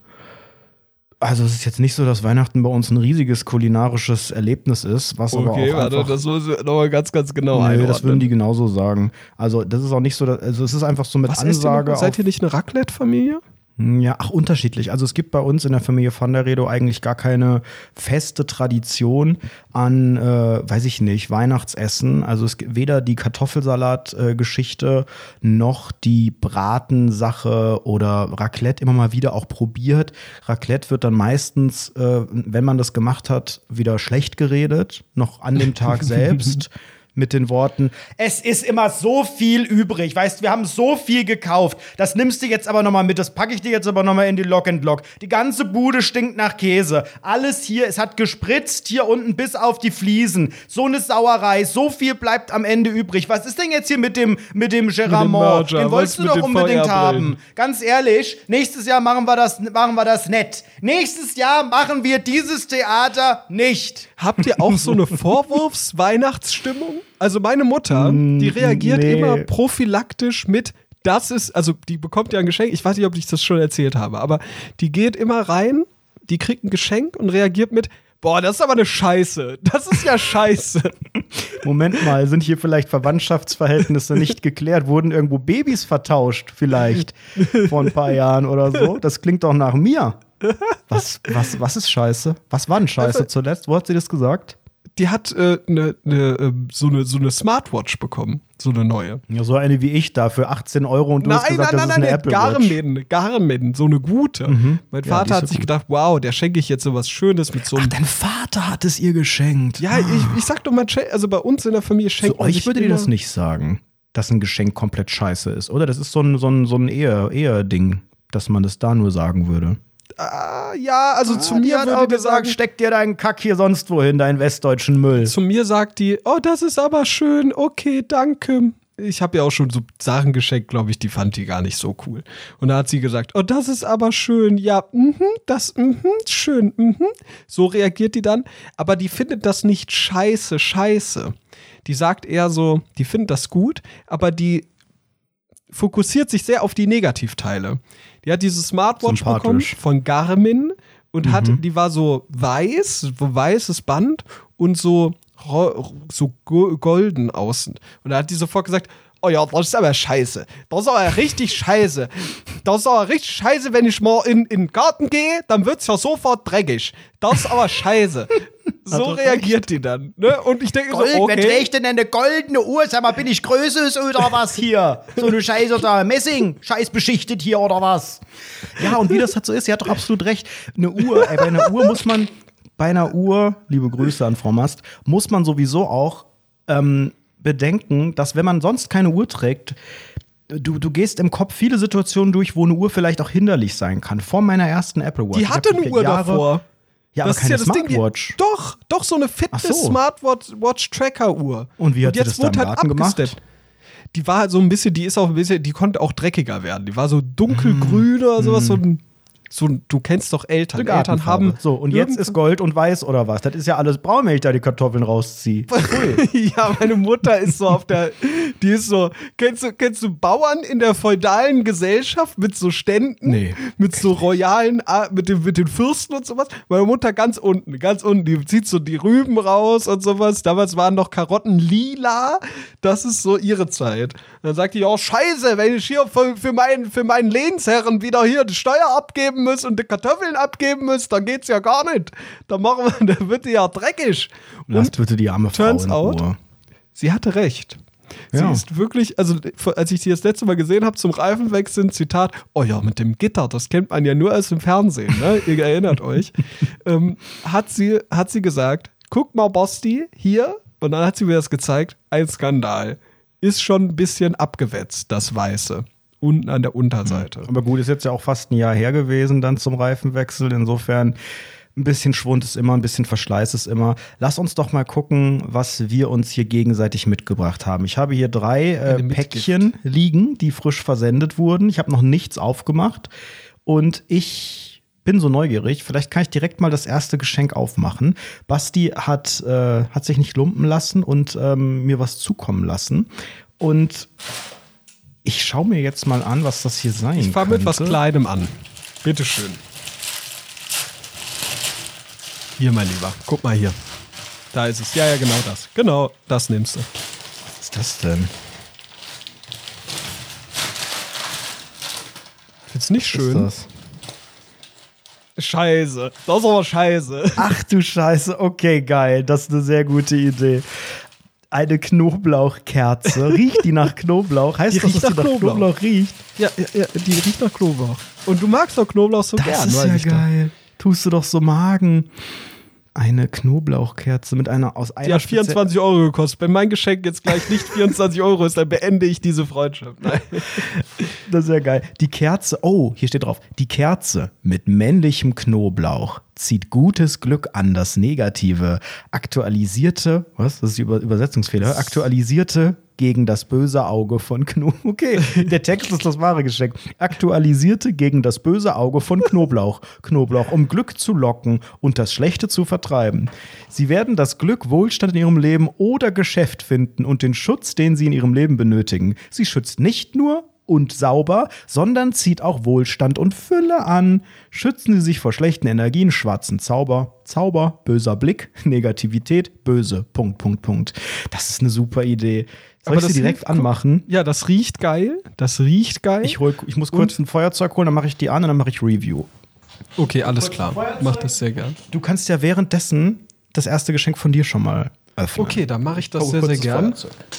Also es ist jetzt nicht so, dass Weihnachten bei uns ein riesiges kulinarisches Erlebnis ist, was aber auch einfach...
das muss ich nochmal ganz, ganz genau
Nee,
einordnen.
das würden die genauso sagen. Also das ist auch nicht so, also es ist einfach so mit
Was esst ihr
Ansage
noch? Seid ihr nicht eine Raclette-Familie?
Ja, unterschiedlich. Also es gibt bei uns in der Familie van der Redo eigentlich gar keine feste Tradition an, weiß ich nicht, Weihnachtsessen. Also es gibt weder die Kartoffelsalat-Geschichte noch die Bratensache oder Raclette immer mal wieder auch probiert. Raclette wird dann meistens, wenn man das gemacht hat, wieder schlecht geredet, noch an dem Tag selbst. Mit den Worten, es ist immer so viel übrig, weißt, wir haben so viel gekauft, das nimmst du jetzt aber nochmal mit, das packe ich dir jetzt aber nochmal in die Lock and Lock. Die ganze Bude stinkt nach Käse, alles hier, es hat gespritzt hier unten bis auf die Fliesen, so eine Sauerei, so viel bleibt am Ende übrig. Was ist denn jetzt hier mit dem Gerard Moore? Den wolltest du doch unbedingt haben. Ganz ehrlich, nächstes Jahr machen wir das nett. Nächstes Jahr machen wir dieses Theater nicht.
Habt ihr auch so eine Vorwurfs-Weihnachtsstimmung? Also meine Mutter, die reagiert immer prophylaktisch mit, also die bekommt ja ein Geschenk, ich weiß nicht, ob ich das schon erzählt habe, aber die geht immer rein, die kriegt ein Geschenk und reagiert mit, boah, das ist aber eine Scheiße, das ist ja scheiße.
Moment mal, sind hier vielleicht Verwandtschaftsverhältnisse nicht geklärt? Wurden irgendwo Babys vertauscht vielleicht vor ein paar Jahren oder so? Das klingt doch nach mir. Was ist Scheiße? Was war denn Scheiße zuletzt? Wo hat sie das gesagt?
Die hat so eine Smartwatch bekommen, so eine neue.
Ja, so eine wie ich da für 18 Euro und du hast gesagt, das ist eine Apple Watch.
Garmin, so eine gute. Mein Vater hat sich gedacht, wow, der schenke ich jetzt so was Schönes mit so einem.
Ach, dein Vater hat es ihr geschenkt.
Ja, ich sag doch mal, also bei uns in der Familie schenkt man
euch würde dir das nicht sagen, dass ein Geschenk komplett scheiße ist, oder? Das ist so ein Ehe-Ding, dass man das da nur sagen würde.
Ja, also zu mir
hat auch gesagt, steck dir deinen Kack hier sonst wohin, deinen westdeutschen Müll.
Zu mir sagt die, oh, das ist aber schön, okay, danke. Ich habe ja auch schon so Sachen geschenkt, glaube ich, die fand die gar nicht so cool. Und da hat sie gesagt, oh, das ist aber schön, ja, schön, So reagiert die dann, aber die findet das nicht scheiße. Die sagt eher so, die findet das gut, aber die fokussiert sich sehr auf die Negativteile. Die hat diese Smartwatch bekommen von Garmin und die war so weißes Band und so golden außen. Und da hat die sofort gesagt, oh ja, das ist aber scheiße. Das ist aber richtig scheiße. Das ist aber richtig scheiße, wenn ich mal in den Garten gehe, dann wird's ja sofort dreckig. Das ist aber scheiße. So reagiert die dann. Ne? Und ich denke so, okay.
Wer trägt denn eine goldene Uhr? Sag mal, bin ich Größes oder was hier? So eine Scheiße da, Messing, scheiß beschichtet hier oder was? Ja, und wie das halt so ist, sie hat doch absolut recht. Bei einer Uhr, liebe Grüße an Frau Mast, muss man sowieso auch bedenken, dass wenn man sonst keine Uhr trägt, du gehst im Kopf viele Situationen durch, wo eine Uhr vielleicht auch hinderlich sein kann. Vor meiner ersten Apple Watch.
Die hatte eine Uhr davor.
Ja, aber keine Smartwatch.
Doch, so eine Fitness-Smartwatch-Tracker-Uhr.
Und wie hat sie das dann gemacht?
Die war so ein bisschen, die konnte auch dreckiger werden. Die war so dunkelgrün oder sowas, du kennst doch Eltern. Eltern haben.
So, und jetzt ist Gold und Weiß oder was? Das ist ja alles braun, wenn ich da die Kartoffeln rausziehe.
Ja, meine Mutter ist so die ist so, kennst du Bauern in der feudalen Gesellschaft mit so Ständen?
Nee.
Mit so royalen, mit den Fürsten und sowas? Meine Mutter ganz unten, die zieht so die Rüben raus und sowas. Damals waren noch Karotten lila. Das ist so ihre Zeit. Dann sagt die, oh scheiße, wenn ich hier für meinen Lehnsherren wieder hier die Steuer abgeben muss und die Kartoffeln abgeben muss, dann geht's ja gar nicht. Dann wird die ja dreckig.
Lasst bitte die arme Frau
turns
in
out,
Ruhe.
Sie hatte recht. Sie ist wirklich, also als ich sie das letzte Mal gesehen habe zum Reifenwechseln, Zitat, oh ja, mit dem Gitter, das kennt man ja nur aus dem Fernsehen, ne? Ihr erinnert euch. Hat sie gesagt, guck mal, Basti, hier, und dann hat sie mir das gezeigt, ein Skandal. Ist schon ein bisschen abgewetzt, das Weiße. Unten an der Unterseite.
Aber gut, ist jetzt ja auch fast ein Jahr her gewesen dann zum Reifenwechsel. Insofern ein bisschen Schwund ist immer, ein bisschen Verschleiß ist immer. Lass uns doch mal gucken, was wir uns hier gegenseitig mitgebracht haben. Ich habe hier 3 Päckchen liegen, die frisch versendet wurden. Ich habe noch nichts aufgemacht. Und ich bin so neugierig. Vielleicht kann ich direkt mal das erste Geschenk aufmachen. Basti hat sich nicht lumpen lassen und mir was zukommen lassen. Und ich schaue mir jetzt mal an, was das hier sein könnte.
Ich fange mit was Kleinem an. Bitteschön. Hier, mein Lieber. Guck mal hier. Da ist es. Ja, genau das. Genau, das nimmst du.
Was ist das denn?
ist nicht schön.
Was ist das?
Scheiße. Das ist aber scheiße.
Ach du Scheiße, okay, geil. Das ist eine sehr gute Idee. Eine Knoblauchkerze. Riecht die nach Knoblauch? Heißt
Die
das,
riecht
dass die
nach
nach Knoblauch riecht?
Ja, die riecht nach Knoblauch. Und du magst doch Knoblauch so
Das
gern.
ist
weiß
ja
ich doch.
geil. Tust du doch so Magen. Eine Knoblauchkerze mit einer aus einer
Die hat 24 Euro gekostet. Wenn mein Geschenk jetzt gleich nicht 24 Euro ist, dann beende ich diese Freundschaft. Nein.
Das ist ja geil. Die Kerze, oh, hier steht drauf. Die Kerze mit männlichem Knoblauch zieht gutes Glück an. Das Negative aktualisierte, was? Das ist die Übersetzungsfehler. Aktualisierte gegen das böse Auge von Knoblauch. Okay, der Text ist das wahre Geschenk. Aktualisierte gegen das böse Auge von Knoblauch. Knoblauch, um Glück zu locken und das Schlechte zu vertreiben. Sie werden das Glück, Wohlstand in ihrem Leben oder Geschäft finden und den Schutz, den sie in ihrem Leben benötigen. Sie schützt nicht nur und sauber, sondern zieht auch Wohlstand und Fülle an. Schützen Sie sich vor schlechten Energien, schwarzen Zauber, böser Blick, Negativität, böse, .. Das ist eine super Idee. Soll ich sie direkt anmachen?
Ja, das riecht geil. Das riecht geil.
Ich muss kurz ein Feuerzeug holen, dann mache ich die an und dann mache ich Review.
Okay, alles klar. Mach das sehr gern.
Du kannst ja währenddessen das erste Geschenk von dir schon mal öffnen.
Okay, dann mache ich das sehr, sehr gern.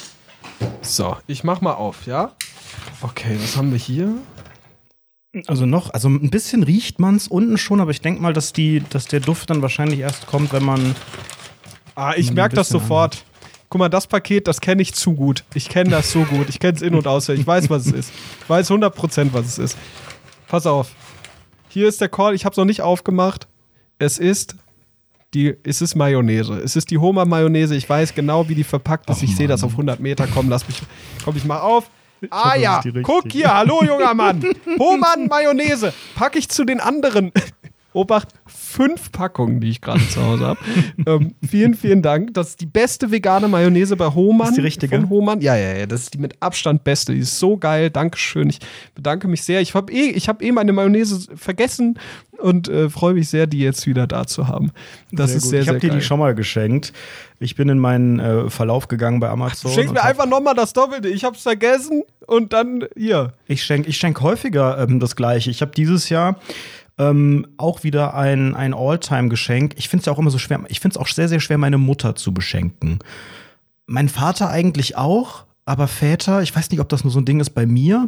So, ich mach mal auf, ja? Okay, was haben wir hier?
Also ein bisschen riecht man es unten schon, aber ich denke mal, dass der Duft dann wahrscheinlich erst kommt, wenn man.
Ich merke das sofort. Guck mal, das Paket, das kenne ich zu gut. Ich kenne das so gut. Ich kenne es in- und auswendig. Ich weiß, was es ist. Ich weiß 100%, was es ist. Pass auf. Hier ist der Call. Ich habe es noch nicht aufgemacht. Es ist Mayonnaise. Es ist die Homa-Mayonnaise. Ich weiß genau, wie die verpackt ist. Ich sehe das auf 100 Meter. Komm, ich mach auf. Ah ja, guck hier. Hallo, junger Mann. Homa-Mayonnaise. Pack ich zu den anderen. Obacht, 5 Packungen, die ich gerade zu Hause habe. Vielen, vielen Dank. Das ist die beste vegane Mayonnaise bei Hohmann.
Ist die richtige?
Von Hohmann. Ja. Das ist die mit Abstand beste. Die ist so geil. Dankeschön. Ich bedanke mich sehr. Ich hab meine Mayonnaise vergessen und freue mich sehr, die jetzt wieder da zu haben. Das ist sehr, sehr geil.
Ich habe dir die schon mal geschenkt. Ich bin in meinen Verlauf gegangen bei Amazon.
Du schenkst mir einfach nochmal das Doppelte. Ich hab's vergessen und dann hier.
Ich schenk häufiger das Gleiche. Ich habe dieses Jahr auch wieder ein All-Time-Geschenk. Ich finde es ja auch immer so schwer. Ich finde es auch sehr, sehr schwer, meine Mutter zu beschenken. Mein Vater eigentlich auch, aber Väter, ich weiß nicht, ob das nur so ein Ding ist bei mir.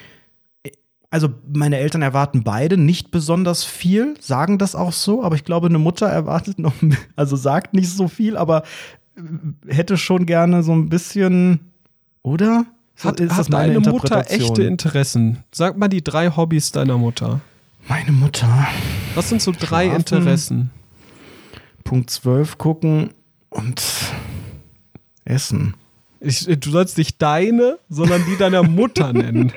Also meine Eltern erwarten beide nicht besonders viel, sagen das auch so, aber ich glaube, eine Mutter erwartet noch, also sagt nicht so viel, aber hätte schon gerne so ein bisschen, oder?
Hat deine Mutter echte Interessen? Sag mal die 3 Hobbys deiner Mutter.
Meine Mutter.
Was sind so 3 Interessen?
Punkt 12 gucken und essen.
Du sollst nicht deine, sondern die deiner Mutter nennen.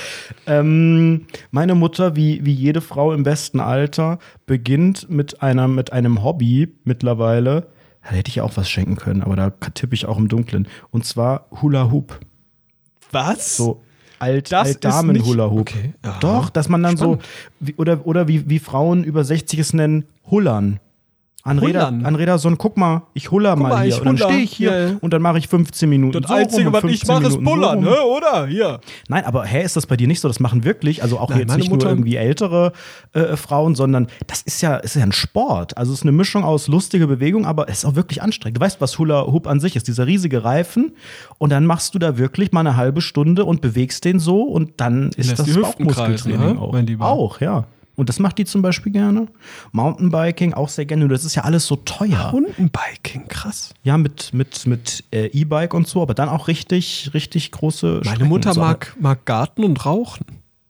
Meine Mutter, wie jede Frau im besten Alter, beginnt mit einem Hobby mittlerweile. Da hätte ich auch was schenken können, aber da tippe ich auch im Dunkeln. Und zwar Hula Hoop.
Was?
So Alt-Damen-Hula-Hoop.
Okay.
Doch, dass man dann
Spannend.
so, wie Frauen über 60 es nennen, Hullern. An Räder, so ein, guck mal, ich huller mal hier. Und dann stehe ich hier und dann mache ich 15 Minuten.
Das Einzige, was ich mache, ist Pullern,
so
oder? Hier.
Nein, aber ist das bei dir nicht so? Das machen wirklich, also auch jetzt
meine
nicht
Mutter
nur irgendwie ältere Frauen, sondern das ist ja ein Sport. Also es ist eine Mischung aus lustiger Bewegung, aber es ist auch wirklich anstrengend. Du weißt, was Hula Hoop an sich ist, dieser riesige Reifen. Und dann machst du da wirklich mal eine halbe Stunde und bewegst den so und dann ist
lässt
das
die Hüften
Bauchmuskeltraining
kreisen,
auch.
mein Lieber.
Auch, ja. Und das macht die zum Beispiel gerne. Mountainbiking auch sehr gerne. Das ist ja alles so teuer.
Mountainbiking, krass.
Ja, mit E-Bike und so, aber dann auch richtig große
Meine
Strecken
Mutter
und so.
mag Garten und Rauchen.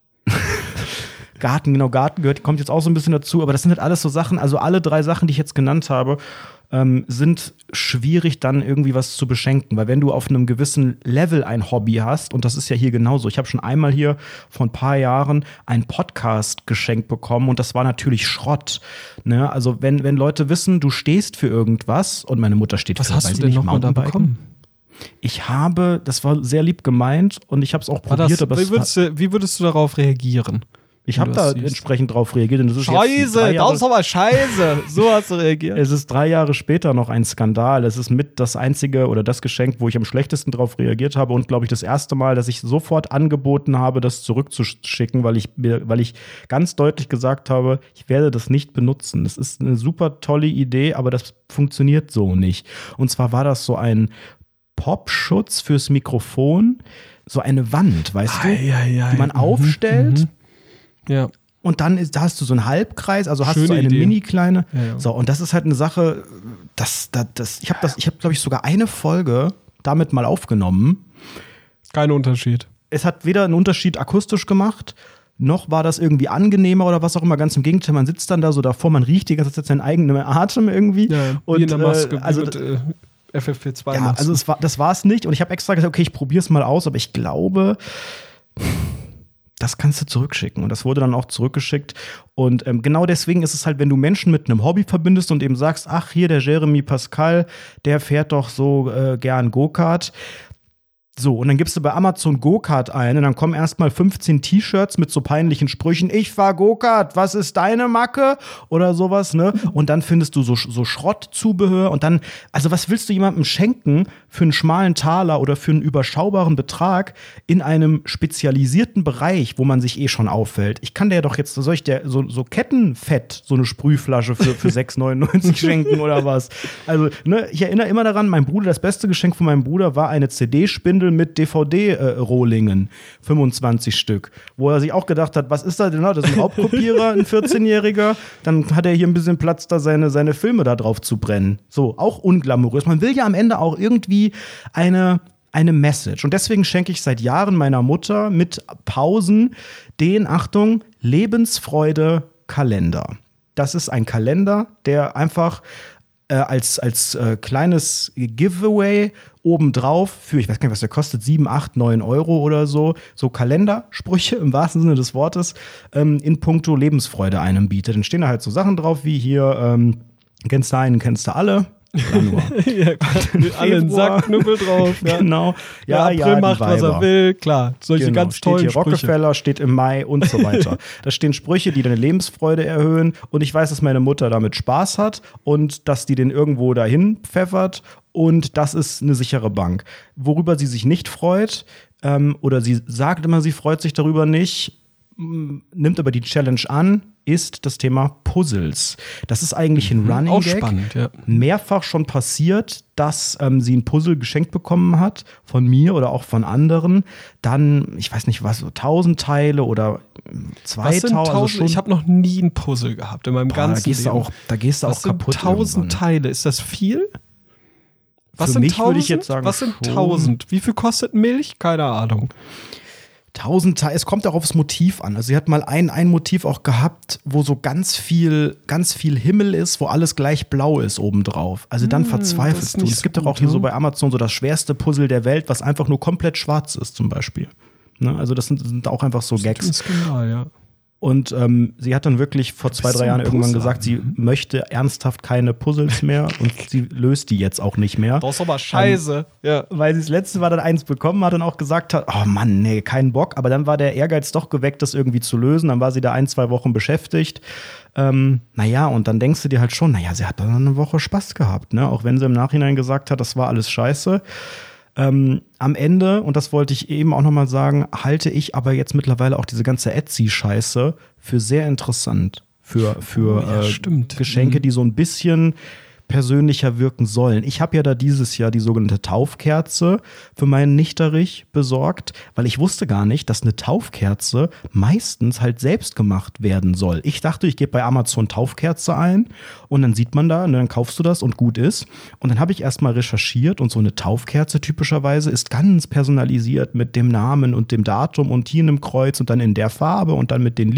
Garten kommt jetzt auch so ein bisschen dazu, aber das sind halt alles so Sachen, also alle 3 Sachen, die ich jetzt genannt habe, sind schwierig dann irgendwie was zu beschenken, weil wenn du auf einem gewissen Level ein Hobby hast, und das ist ja hier genauso, ich habe schon einmal hier vor ein paar Jahren einen Podcast geschenkt bekommen und das war natürlich Schrott. Ne? Also wenn Leute wissen, du stehst für irgendwas und meine Mutter steht
Was
für,
hast du denn nochmal da bekommen?
Das war sehr lieb gemeint und ich habe es auch probiert. Aber
wie würdest du darauf reagieren?
Ich habe da entsprechend drauf reagiert. Und das ist
Scheiße, das ist aber scheiße. So hast du reagiert.
Es ist 3 Jahre später noch ein Skandal. Es ist mit das einzige oder das Geschenk, wo ich am schlechtesten drauf reagiert habe und, glaube ich, das erste Mal, dass ich sofort angeboten habe, das zurückzuschicken, weil ich ganz deutlich gesagt habe, ich werde das nicht benutzen. Das ist eine super tolle Idee, aber das funktioniert so nicht. Und zwar war das so ein Popschutz fürs Mikrofon, so eine Wand, weißt du, die man aufstellt.
Ja.
Und dann da hast du so einen Halbkreis, also hast du so eine mini kleine. Ja. So, und das ist halt eine Sache, ich habe, glaube ich, sogar eine Folge damit mal aufgenommen.
Kein Unterschied.
Es hat weder einen Unterschied akustisch gemacht, noch war das irgendwie angenehmer oder was auch immer. Ganz im Gegenteil, man sitzt dann da so davor, man riecht die ganze Zeit seinen eigenen Atem irgendwie.
Ja,
und
wie in der Maske,
also
mit FFP2.
Ja, also das war es nicht. Und ich habe extra gesagt, okay, ich probiere es mal aus, aber ich glaube, das kannst du zurückschicken. Und das wurde dann auch zurückgeschickt. Und genau deswegen ist es halt, wenn du Menschen mit einem Hobby verbindest und eben sagst, ach, hier der Jeremy Pascal, der fährt doch so gern Go-Kart. So, und dann gibst du bei Amazon Go-Kart ein und dann kommen erstmal 15 T-Shirts mit so peinlichen Sprüchen, ich fahr Go-Kart, was ist deine Macke? Oder sowas, ne? Und dann findest du so Schrottzubehör und dann, also was willst du jemandem schenken für einen schmalen Taler oder für einen überschaubaren Betrag in einem spezialisierten Bereich, wo man sich eh schon auffällt? Ich kann dir doch jetzt, soll ich dir so Kettenfett, so eine Sprühflasche für 6,99 schenken oder was? Also, ne, ich erinnere immer daran, das beste Geschenk von meinem Bruder war eine CD-Spindel mit DVD-Rohlingen, 25 Stück, wo er sich auch gedacht hat, was ist das denn? Das ist ein Raubkopierer, ein 14-Jähriger, dann hat er hier ein bisschen Platz, da seine Filme da drauf zu brennen. So, auch unglamourös. Man will ja am Ende auch irgendwie eine Message. Und deswegen schenke ich seit Jahren meiner Mutter mit Pausen den, Achtung, Lebensfreude-Kalender. Das ist ein Kalender, der einfach als kleines Giveaway obendrauf für, ich weiß gar nicht, was der kostet, 7, 8, 9 Euro oder so Kalendersprüche im wahrsten Sinne des Wortes in puncto Lebensfreude einem bietet. Dann stehen da halt so Sachen drauf wie hier, kennst du einen, kennst du alle? Januar.
Ja, alle einen Sackknüppel drauf. Ja.
Genau.
April macht, was er will. Klar, solche ganz tollen
steht hier
Sprüche.
Rockefeller, steht im Mai und so weiter. Da stehen Sprüche, die deine Lebensfreude erhöhen. Und ich weiß, dass meine Mutter damit Spaß hat und dass die den irgendwo dahin pfeffert. Und das ist eine sichere Bank. Worüber sie sich nicht freut, oder sie sagt immer, sie freut sich darüber nicht, nimmt aber die Challenge an, ist das Thema Puzzles. Das ist eigentlich ein Running
auch
Gag.
Spannend, ja.
Mehrfach schon passiert, dass sie ein Puzzle geschenkt bekommen hat, von mir oder auch von anderen. Dann, ich weiß nicht was, so 1000 Teile oder 2000. Also schon,
ich habe noch nie ein Puzzle gehabt in meinem ganzen Leben.
Da gehst du auch kaputt.
1000 Teile, ist das viel? Was
Für
sind
mich
1000?
würde ich jetzt sagen,
was sind
schon.
1000? Wie viel kostet Milch? Keine Ahnung.
1000 Teile, es kommt auch aufs Motiv an. Also sie hat mal ein Motiv auch gehabt, wo so ganz viel Himmel ist, wo alles gleich blau ist obendrauf. Also dann verzweifelst du. Es gibt doch auch hier so bei Amazon so das schwerste Puzzle der Welt, was einfach nur komplett schwarz ist zum Beispiel. Ne? Also das sind auch einfach so Gags.
Das ist Skandal, ja.
Und sie hat dann wirklich vor 2, 3 Jahren irgendwann gesagt, sie möchte ernsthaft keine Puzzles mehr und sie löst die jetzt auch nicht mehr.
Das ist aber scheiße. Ja.
Weil sie das letzte Mal dann eins bekommen hat und auch gesagt hat, oh Mann, nee, keinen Bock. Aber dann war der Ehrgeiz doch geweckt, das irgendwie zu lösen. Dann war sie da 1, 2 Wochen beschäftigt. Naja, und dann denkst du dir halt schon, naja, sie hat dann eine Woche Spaß gehabt, ne? Auch wenn sie im Nachhinein gesagt hat, das war alles scheiße. Am Ende, und das wollte ich eben auch noch mal sagen, halte ich aber jetzt mittlerweile auch diese ganze Etsy-Scheiße für sehr interessant. Für Geschenke, die so ein bisschen persönlicher wirken sollen. Ich habe ja da dieses Jahr die sogenannte Taufkerze für meinen Nichterich besorgt, weil ich wusste gar nicht, dass eine Taufkerze meistens halt selbst gemacht werden soll. Ich dachte, ich gebe bei Amazon Taufkerze ein und dann sieht man da, und dann kaufst du das und gut ist. Und dann habe ich erstmal recherchiert und so eine Taufkerze typischerweise ist ganz personalisiert mit dem Namen und dem Datum und hier in einem Kreuz und dann in der Farbe und dann mit den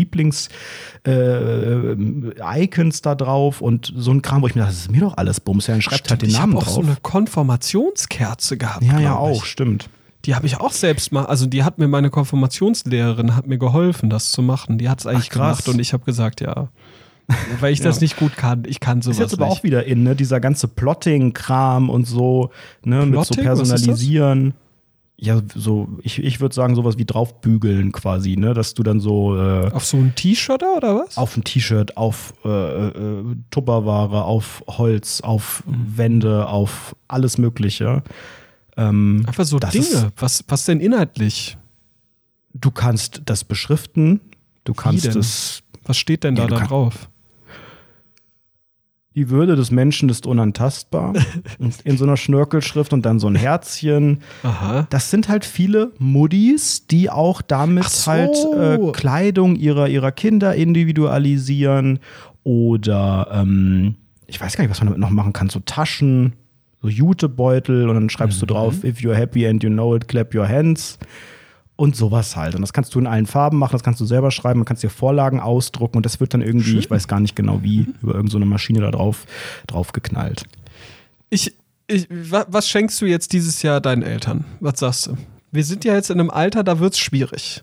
Lieblings-Icons da drauf und so ein Kram, wo ich mir dachte, das ist mir doch alles Bums. Ja, dann schreibt halt den Namen drauf.
Ich habe auch so eine Konfirmationskerze gehabt.
Ja, auch, stimmt.
Die habe ich auch selbst mal, also die hat mir meine Konfirmationslehrerin, hat mir geholfen, das zu machen. Die hat es eigentlich gemacht und ich habe gesagt, ja, weil ich das nicht gut kann. Ich kann sowas nicht.
Ist jetzt aber auch wieder in, ne? Dieser ganze Plotting-Kram und so, ne? Mit so Personalisieren. Ja, so, ich würde sagen, sowas wie draufbügeln quasi, ne? Dass du dann so
Auf so ein T-Shirt oder was?
auf ein T-Shirt, auf Tupperware, auf Holz, auf Wände, auf alles Mögliche.
Einfach so
das
Dinge. Was denn inhaltlich?
Du kannst das beschriften, du kannst
denn?
es.
Was steht denn
Ja,
da drauf?
Die Würde des Menschen ist unantastbar. In so einer Schnörkelschrift und dann so ein Herzchen.
Aha.
Das sind halt viele Muddis, die auch damit
Ach so.
halt Kleidung ihrer Kinder individualisieren. Oder ich weiß gar nicht, was man damit noch machen kann. So Taschen, so Jutebeutel und dann schreibst du drauf, if you're happy and you know it, clap your hands. Und sowas halt. Und das kannst du in allen Farben machen, das kannst du selber schreiben, man kannst dir Vorlagen ausdrucken und das wird dann irgendwie, ich weiß gar nicht genau wie, über irgendeine so eine Maschine da drauf geknallt.
Was schenkst du jetzt dieses Jahr deinen Eltern? Was sagst du? Wir sind ja jetzt in einem Alter, da wird's schwierig.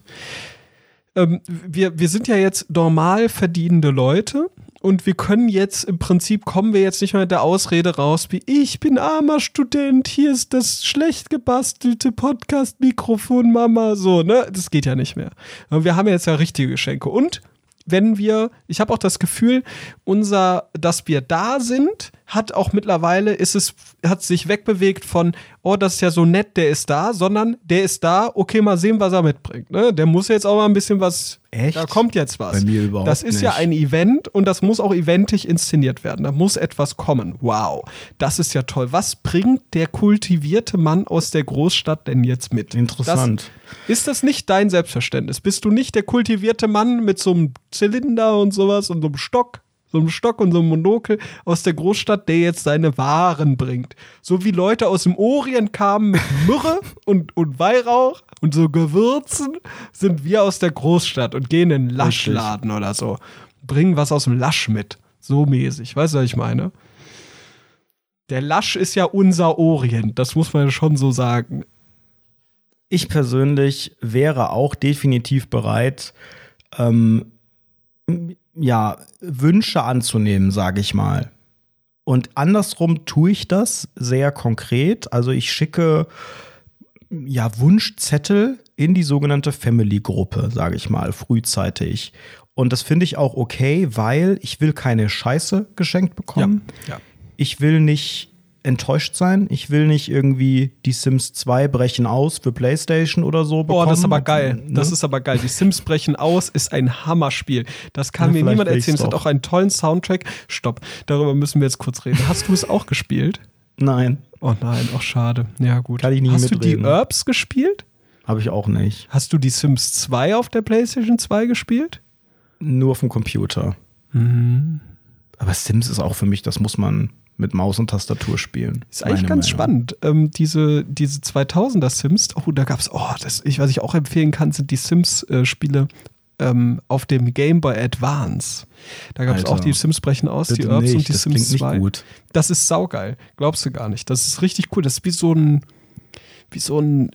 Wir sind ja jetzt normal verdienende Leute und wir können jetzt im Prinzip, kommen wir jetzt nicht mehr mit der Ausrede raus, wie ich bin armer Student, hier ist das schlecht gebastelte Podcast-Mikrofon, Mama, so, ne? Das geht ja nicht mehr. Wir haben jetzt ja richtige Geschenke und ich habe auch das Gefühl, dass wir da sind, hat auch mittlerweile, hat sich wegbewegt von, oh, das ist ja so nett, der ist da, sondern der ist da, okay, mal sehen, was er mitbringt. Ne? Der muss jetzt auch mal ein bisschen was,
Echt?
Da kommt jetzt was.
Bei mir überhaupt
das ist
nicht.
ja ein Event und das muss auch eventig inszeniert werden. Da muss etwas kommen. Wow, das ist ja toll. Was bringt der kultivierte Mann aus der Großstadt denn jetzt mit?
Interessant.
Ist das nicht dein Selbstverständnis? Bist du nicht der kultivierte Mann mit so einem Zylinder und sowas und so einem Stock und so einem Monokel aus der Großstadt, der jetzt seine Waren bringt? So wie Leute aus dem Orient kamen mit Myrrhe und Weihrauch und so Gewürzen, sind wir aus der Großstadt und gehen in einen Laschladen oder so. Bringen was aus dem Lasch mit. So mäßig. Weißt du, was ich meine? Der Lasch ist ja unser Orient. Das muss man ja schon so sagen.
Ich persönlich wäre auch definitiv bereit, Wünsche anzunehmen, sage ich mal. Und andersrum tue ich das sehr konkret. Also ich schicke Wunschzettel in die sogenannte Family-Gruppe, sage ich mal, frühzeitig. Und das finde ich auch okay, weil ich will keine Scheiße geschenkt bekommen.
Ja.
Ich will nicht enttäuscht sein. Ich will nicht irgendwie die Sims 2 brechen aus für PlayStation oder so bekommen.
Boah, das ist aber geil.
Ne?
Das ist aber geil. Die Sims brechen aus ist ein Hammerspiel. Das kann mir niemand erzählen. Es hat auch einen tollen Soundtrack. Stopp, darüber müssen wir jetzt kurz reden. Hast du es auch gespielt?
Nein.
Oh nein, auch schade. Ja, gut.
Kann ich nicht
Hast
mitreden.
du die Herbs gespielt?
Habe ich auch nicht.
Hast du die Sims 2 auf der PlayStation 2 gespielt?
Nur auf dem Computer. Aber Sims ist auch für mich, das muss man mit Maus und Tastatur spielen.
Ist eigentlich ganz spannend. Diese 2000er Sims, da gab's, was ich auch empfehlen kann, sind die Sims-Spiele auf dem Game Boy Advance. Da gab es auch die Sims brechen aus, die Herbs und die
das
Sims
klingt
2.
Nicht gut.
Das ist saugeil. Glaubst du gar nicht. Das ist richtig cool. Das ist wie so ein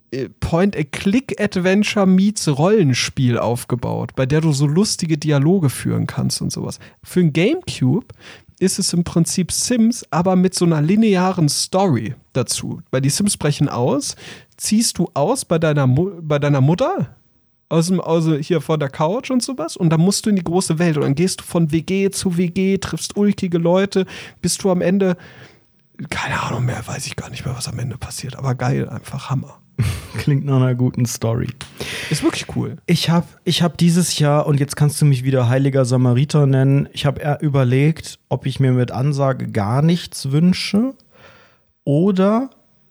Point-and-Click-Adventure meets Rollenspiel aufgebaut, bei der du so lustige Dialoge führen kannst und sowas. Für ein Gamecube ist es im Prinzip Sims, aber mit so einer linearen Story dazu. Bei die Sims brechen aus, ziehst du aus bei deiner Mutter, also hier vor der Couch und sowas, und dann musst du in die große Welt und dann gehst du von WG zu WG, triffst ulkige Leute, bis du am Ende, keine Ahnung mehr, weiß ich gar nicht mehr, was am Ende passiert, aber geil, einfach Hammer.
Klingt nach einer guten Story.
Ist wirklich cool.
Ich hab dieses Jahr, und jetzt kannst du mich wieder heiliger Samariter nennen, ich habe überlegt, ob ich mir mit Ansage gar nichts wünsche oder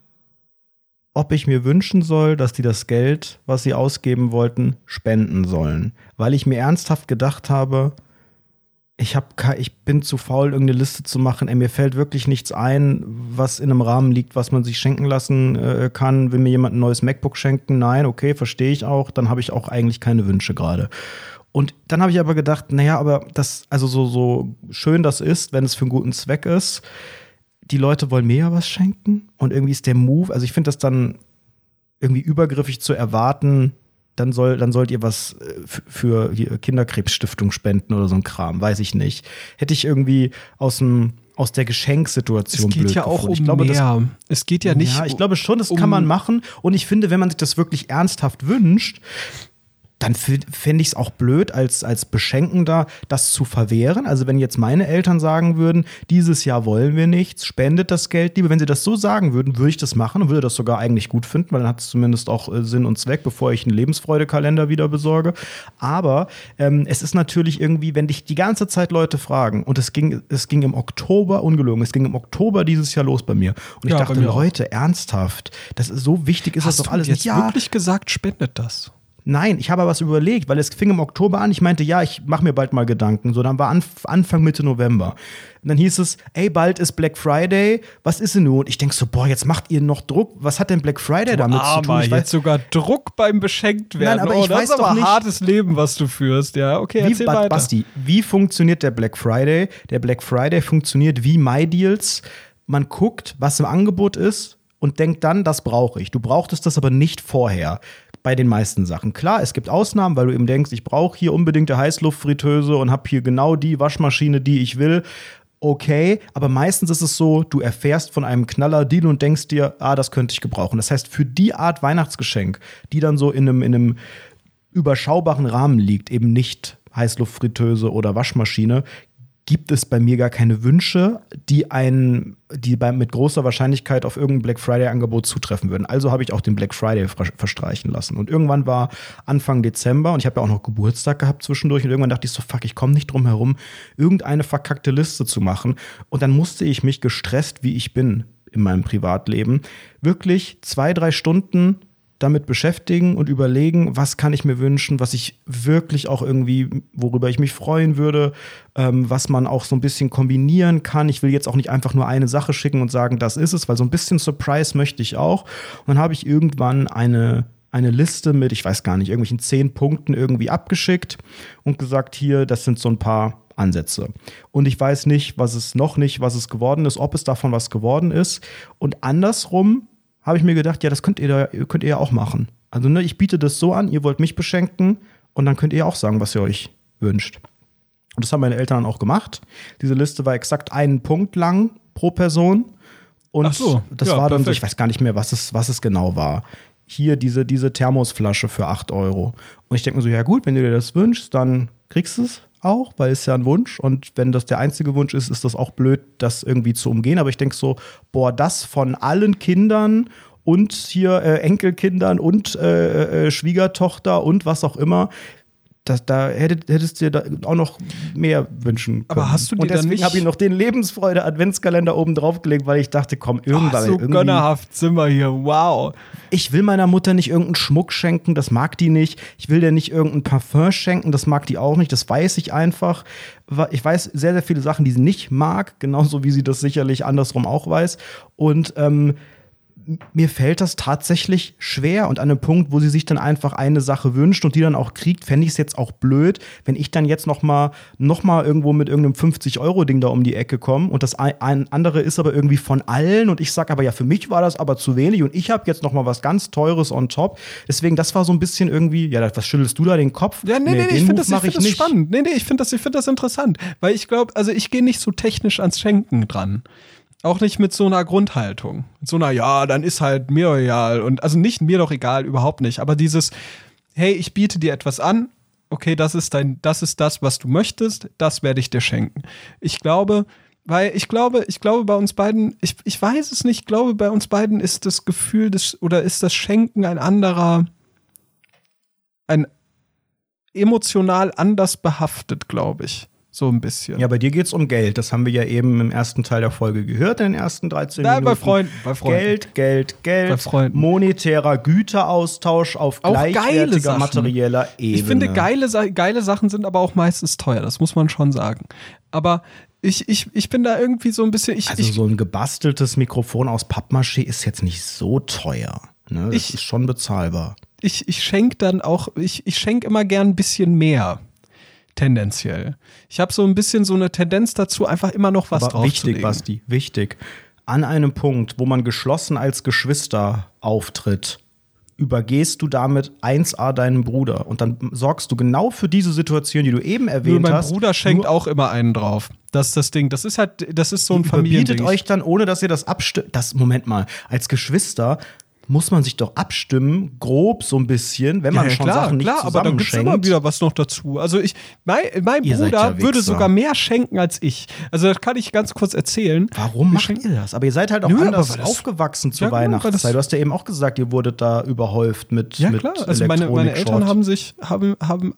ob ich mir wünschen soll, dass die das Geld, was sie ausgeben wollten, spenden sollen. Weil ich mir ernsthaft gedacht habe, ich bin zu faul, irgendeine Liste zu machen. Mir fällt wirklich nichts ein, was in einem Rahmen liegt, was man sich schenken lassen kann. Will mir jemand ein neues MacBook schenken? Nein, okay, verstehe ich auch. Dann habe ich auch eigentlich keine Wünsche gerade. Und dann habe ich aber gedacht, naja, aber das, also so schön das ist, wenn es für einen guten Zweck ist, die Leute wollen mir ja was schenken. Und irgendwie ist der Move, also ich finde das dann irgendwie übergriffig zu erwarten, dann sollt ihr was für die Kinderkrebsstiftung spenden oder so ein Kram, weiß ich nicht. Hätte ich irgendwie aus dem aus der Geschenksituation
Es geht
blöd
ja auch
gefunden.
um mehr. Es geht ja nicht.
Ja, ich glaube schon, das kann man machen. Und ich finde, wenn man sich das wirklich ernsthaft wünscht, dann fände ich es auch blöd, als Beschenkender das zu verwehren. Also wenn jetzt meine Eltern sagen würden, dieses Jahr wollen wir nichts, spendet das Geld lieber. Wenn sie das so sagen würden, würde ich das machen und würde das sogar eigentlich gut finden, weil dann hat es zumindest auch Sinn und Zweck, bevor ich einen Lebensfreudekalender wieder besorge. Aber es ist natürlich irgendwie, wenn dich die ganze Zeit Leute fragen, und es ging im Oktober, ungelogen, es ging im Oktober dieses Jahr los bei mir. Und ich dachte, Leute, ernsthaft, das ist so wichtig, ist das doch alles
nicht. Hast du jetzt wirklich gesagt, spendet das?
Nein, ich habe was überlegt, weil es fing im Oktober an. Ich meinte, ja, ich mache mir bald mal Gedanken. So, dann war Anfang Mitte November. Und dann hieß es, ey, bald ist Black Friday. Was ist denn nun? Und ich denke so, boah, jetzt macht ihr noch Druck. Was hat denn Black Friday damit zu tun?
Ich jetzt sogar Druck beim beschenkt werden.
Nein, aber ich weiß
das ist aber
doch nicht,
ein hartes Leben, was du führst. Ja, okay, erzähl weiter.
Basti, wie funktioniert der Black Friday? Der Black Friday funktioniert wie MyDeals. Man guckt, was im Angebot ist und denkt dann, das brauche ich. Du brauchtest das aber nicht vorher. Bei den meisten Sachen. Klar, es gibt Ausnahmen, weil du eben denkst, ich brauche hier unbedingt eine Heißluftfritteuse und habe hier genau die Waschmaschine, die ich will. Okay, aber meistens ist es so, du erfährst von einem Knaller-Deal und denkst dir, das könnte ich gebrauchen. Das heißt, für die Art Weihnachtsgeschenk, die dann so in einem überschaubaren Rahmen liegt, eben nicht Heißluftfritteuse oder Waschmaschine, gibt es bei mir gar keine Wünsche, die mit großer Wahrscheinlichkeit auf irgendein Black Friday-Angebot zutreffen würden. Also habe ich auch den Black Friday verstreichen lassen. Und irgendwann war Anfang Dezember und ich habe ja auch noch Geburtstag gehabt zwischendurch und irgendwann dachte ich so, fuck, ich komme nicht drum herum, irgendeine verkackte Liste zu machen. Und dann musste ich mich, gestresst wie ich bin in meinem Privatleben, wirklich 2-3 Stunden damit beschäftigen und überlegen, was kann ich mir wünschen, was ich wirklich auch irgendwie, worüber ich mich freuen würde, was man auch so ein bisschen kombinieren kann. Ich will jetzt auch nicht einfach nur eine Sache schicken und sagen, das ist es, weil so ein bisschen Surprise möchte ich auch. Und dann habe ich irgendwann eine Liste mit, ich weiß gar nicht, irgendwelchen 10 Punkten irgendwie abgeschickt und gesagt, hier, das sind so ein paar Ansätze. Und ich weiß nicht, was es geworden ist, ob es davon was geworden ist. Und andersrum habe ich mir gedacht, ja, das könnt ihr ja auch machen. Also ne, ich biete das so an, ihr wollt mich beschenken und dann könnt ihr auch sagen, was ihr euch wünscht. Und das haben meine Eltern auch gemacht. Diese Liste war exakt 1 Punkt lang pro Person. Und das war dann perfekt. So, ich weiß gar nicht mehr, was es genau war. Hier diese Thermosflasche für 8 €. Und ich denke mir so, ja gut, wenn du dir das wünschst, dann kriegst du es auch, weil es ja ein Wunsch. Und wenn das der einzige Wunsch ist, ist das auch blöd, das irgendwie zu umgehen. Aber ich denke so, boah, das von allen Kindern und hier Enkelkindern und Schwiegertochter und was auch immer, da hättest du dir da auch noch mehr wünschen können.
Aber hast du dir
und deswegen
dann nicht
habe ich noch den Lebensfreude-Adventskalender oben drauf gelegt, weil ich dachte, komm, irgendwann.
So gönnerhaft sind wir hier, wow.
Ich will meiner Mutter nicht irgendeinen Schmuck schenken, das mag die nicht. Ich will dir nicht irgendein Parfum schenken, das mag die auch nicht. Das weiß ich einfach. Ich weiß sehr, sehr viele Sachen, die sie nicht mag, genauso wie sie das sicherlich andersrum auch weiß. Und mir fällt das tatsächlich schwer. Und an einem Punkt, wo sie sich dann einfach eine Sache wünscht und die dann auch kriegt, fände ich es jetzt auch blöd, wenn ich dann jetzt noch mal irgendwo mit irgendeinem 50-Euro-Ding da um die Ecke komme und das ein andere ist aber irgendwie von allen und ich sage aber, ja, für mich war das aber zu wenig und ich habe jetzt noch mal was ganz Teures on top. Deswegen, das war so ein bisschen irgendwie, ja, was schüttelst du da den Kopf?
Ja, nee, ich finde das spannend. Nee, ich finde das interessant. Weil ich glaube, also ich gehe nicht so technisch ans Schenken dran. Auch nicht mit so einer Grundhaltung. Mit so einer, ja, dann ist halt mir doch egal. Und also nicht mir doch egal, überhaupt nicht. Aber dieses, hey, ich biete dir etwas an, okay, das ist das, was du möchtest, das werde ich dir schenken. Ich glaube bei uns beiden, ich weiß es nicht, ich glaube, bei uns beiden ist das Gefühl ist das Schenken ein emotional anders behaftet, glaube ich. So ein bisschen.
Ja, bei dir geht's um Geld. Das haben wir ja eben im ersten Teil der Folge gehört, in den ersten 13 Minuten.
Bei Freunden.
Geld.
Bei Freunden.
Monetärer Güteraustausch auf gleichwertiger materieller Ebene.
Ich finde, geile Sachen sind aber auch meistens teuer. Das muss man schon sagen. Aber ich bin da irgendwie so ein bisschen.
So ein gebasteltes Mikrofon aus Pappmaché ist jetzt nicht so teuer. Ne? Das ist schon bezahlbar.
Ich schenke dann auch, ich schenke immer gern ein bisschen mehr. Tendenziell. Ich habe so ein bisschen so eine Tendenz dazu, einfach immer noch was draufzulegen.
Wichtig, Basti, wichtig. An einem Punkt, wo man geschlossen als Geschwister auftritt, übergehst du damit 1A deinen Bruder. Und dann sorgst du genau für diese Situation, die du eben erwähnt hast.
Mein Bruder schenkt auch immer einen drauf. Das ist das Ding. Das ist so ein
Ihr
Familiending.
überbietet euch dann, ohne dass ihr das abstimmt. Moment mal, als Geschwister muss man sich doch abstimmen, grob so ein bisschen, wenn man schon Sachen nicht
aber dann gibt's immer
zusammenschenkt.
wieder was noch dazu. Also mein
Ihr seid
Bruder
ja
würde
Wichser.
sogar mehr schenken als ich. Also das kann ich ganz kurz erzählen.
Warum macht ihr das? Aber ihr seid halt auch anders
aber das-
aufgewachsen zur
Ja, genau, weil
Weihnachtszeit.
das-
Du hast ja eben auch gesagt, ihr wurdet da überhäuft mit
Ja klar, also meine Eltern
Elektronik-Short.
haben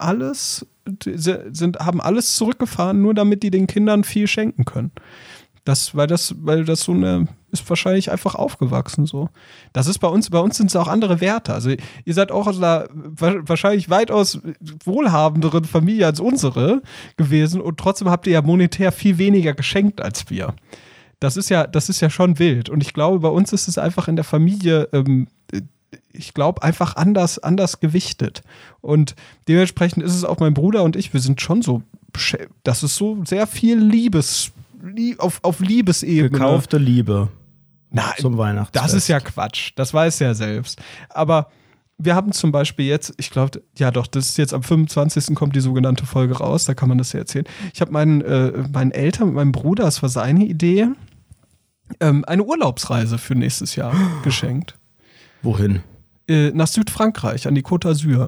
alles zurückgefahren, nur damit die den Kindern viel schenken können. Weil das so eine ist wahrscheinlich einfach aufgewachsen so. Das ist bei uns sind es auch andere Werte. Also ihr seid auch aus einer wahrscheinlich weitaus wohlhabenderen Familie als unsere gewesen und trotzdem habt ihr ja monetär viel weniger geschenkt als wir. Das ist ja schon wild. Und ich glaube, bei uns ist es einfach in der Familie ich glaube, einfach anders gewichtet. Und dementsprechend ist es auch mein Bruder und ich, wir sind schon so, das ist so sehr viel auf Liebesebene.
Gekaufte Liebe
Nein,
zum Weihnachtsfest.
das ist ja Quatsch. Das weiß er selbst. Aber wir haben zum Beispiel jetzt, ich glaube, ja doch, das ist jetzt am 25. kommt die sogenannte Folge raus, da kann man das ja erzählen. Ich habe meinen Eltern, meinem Bruder, das war seine Idee, eine Urlaubsreise für nächstes Jahr geschenkt.
Wohin?
Nach Südfrankreich, an die Côte d'Azur.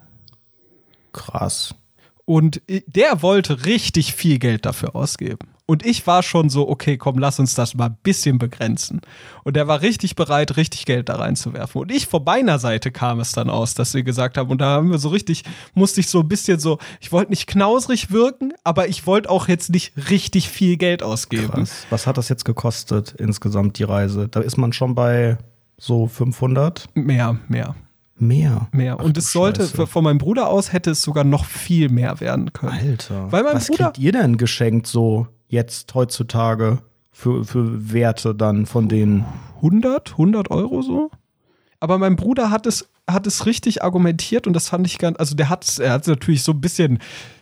Krass.
Und der wollte richtig viel Geld dafür ausgeben. Und ich war schon so, okay, komm, lass uns das mal ein bisschen begrenzen. Und der war richtig bereit, richtig Geld da reinzuwerfen. Und von meiner Seite kam es dann aus, dass wir gesagt haben, und da haben wir musste ich so ein bisschen so, ich wollte nicht knausrig wirken, aber ich wollte auch jetzt nicht richtig viel Geld ausgeben.
Krass. Was hat das jetzt gekostet insgesamt, die Reise? Da ist man schon bei so 500?
Mehr.
Mehr.
Und es sollte, von meinem Bruder aus hätte es sogar noch viel mehr werden können.
Alter.
Weil mein
was
Bruder-
kriegt ihr denn geschenkt so jetzt heutzutage für Werte dann von denen?
100 Euro so. Aber mein Bruder hat es richtig argumentiert und das fand ich also er hat es natürlich so ein bisschen,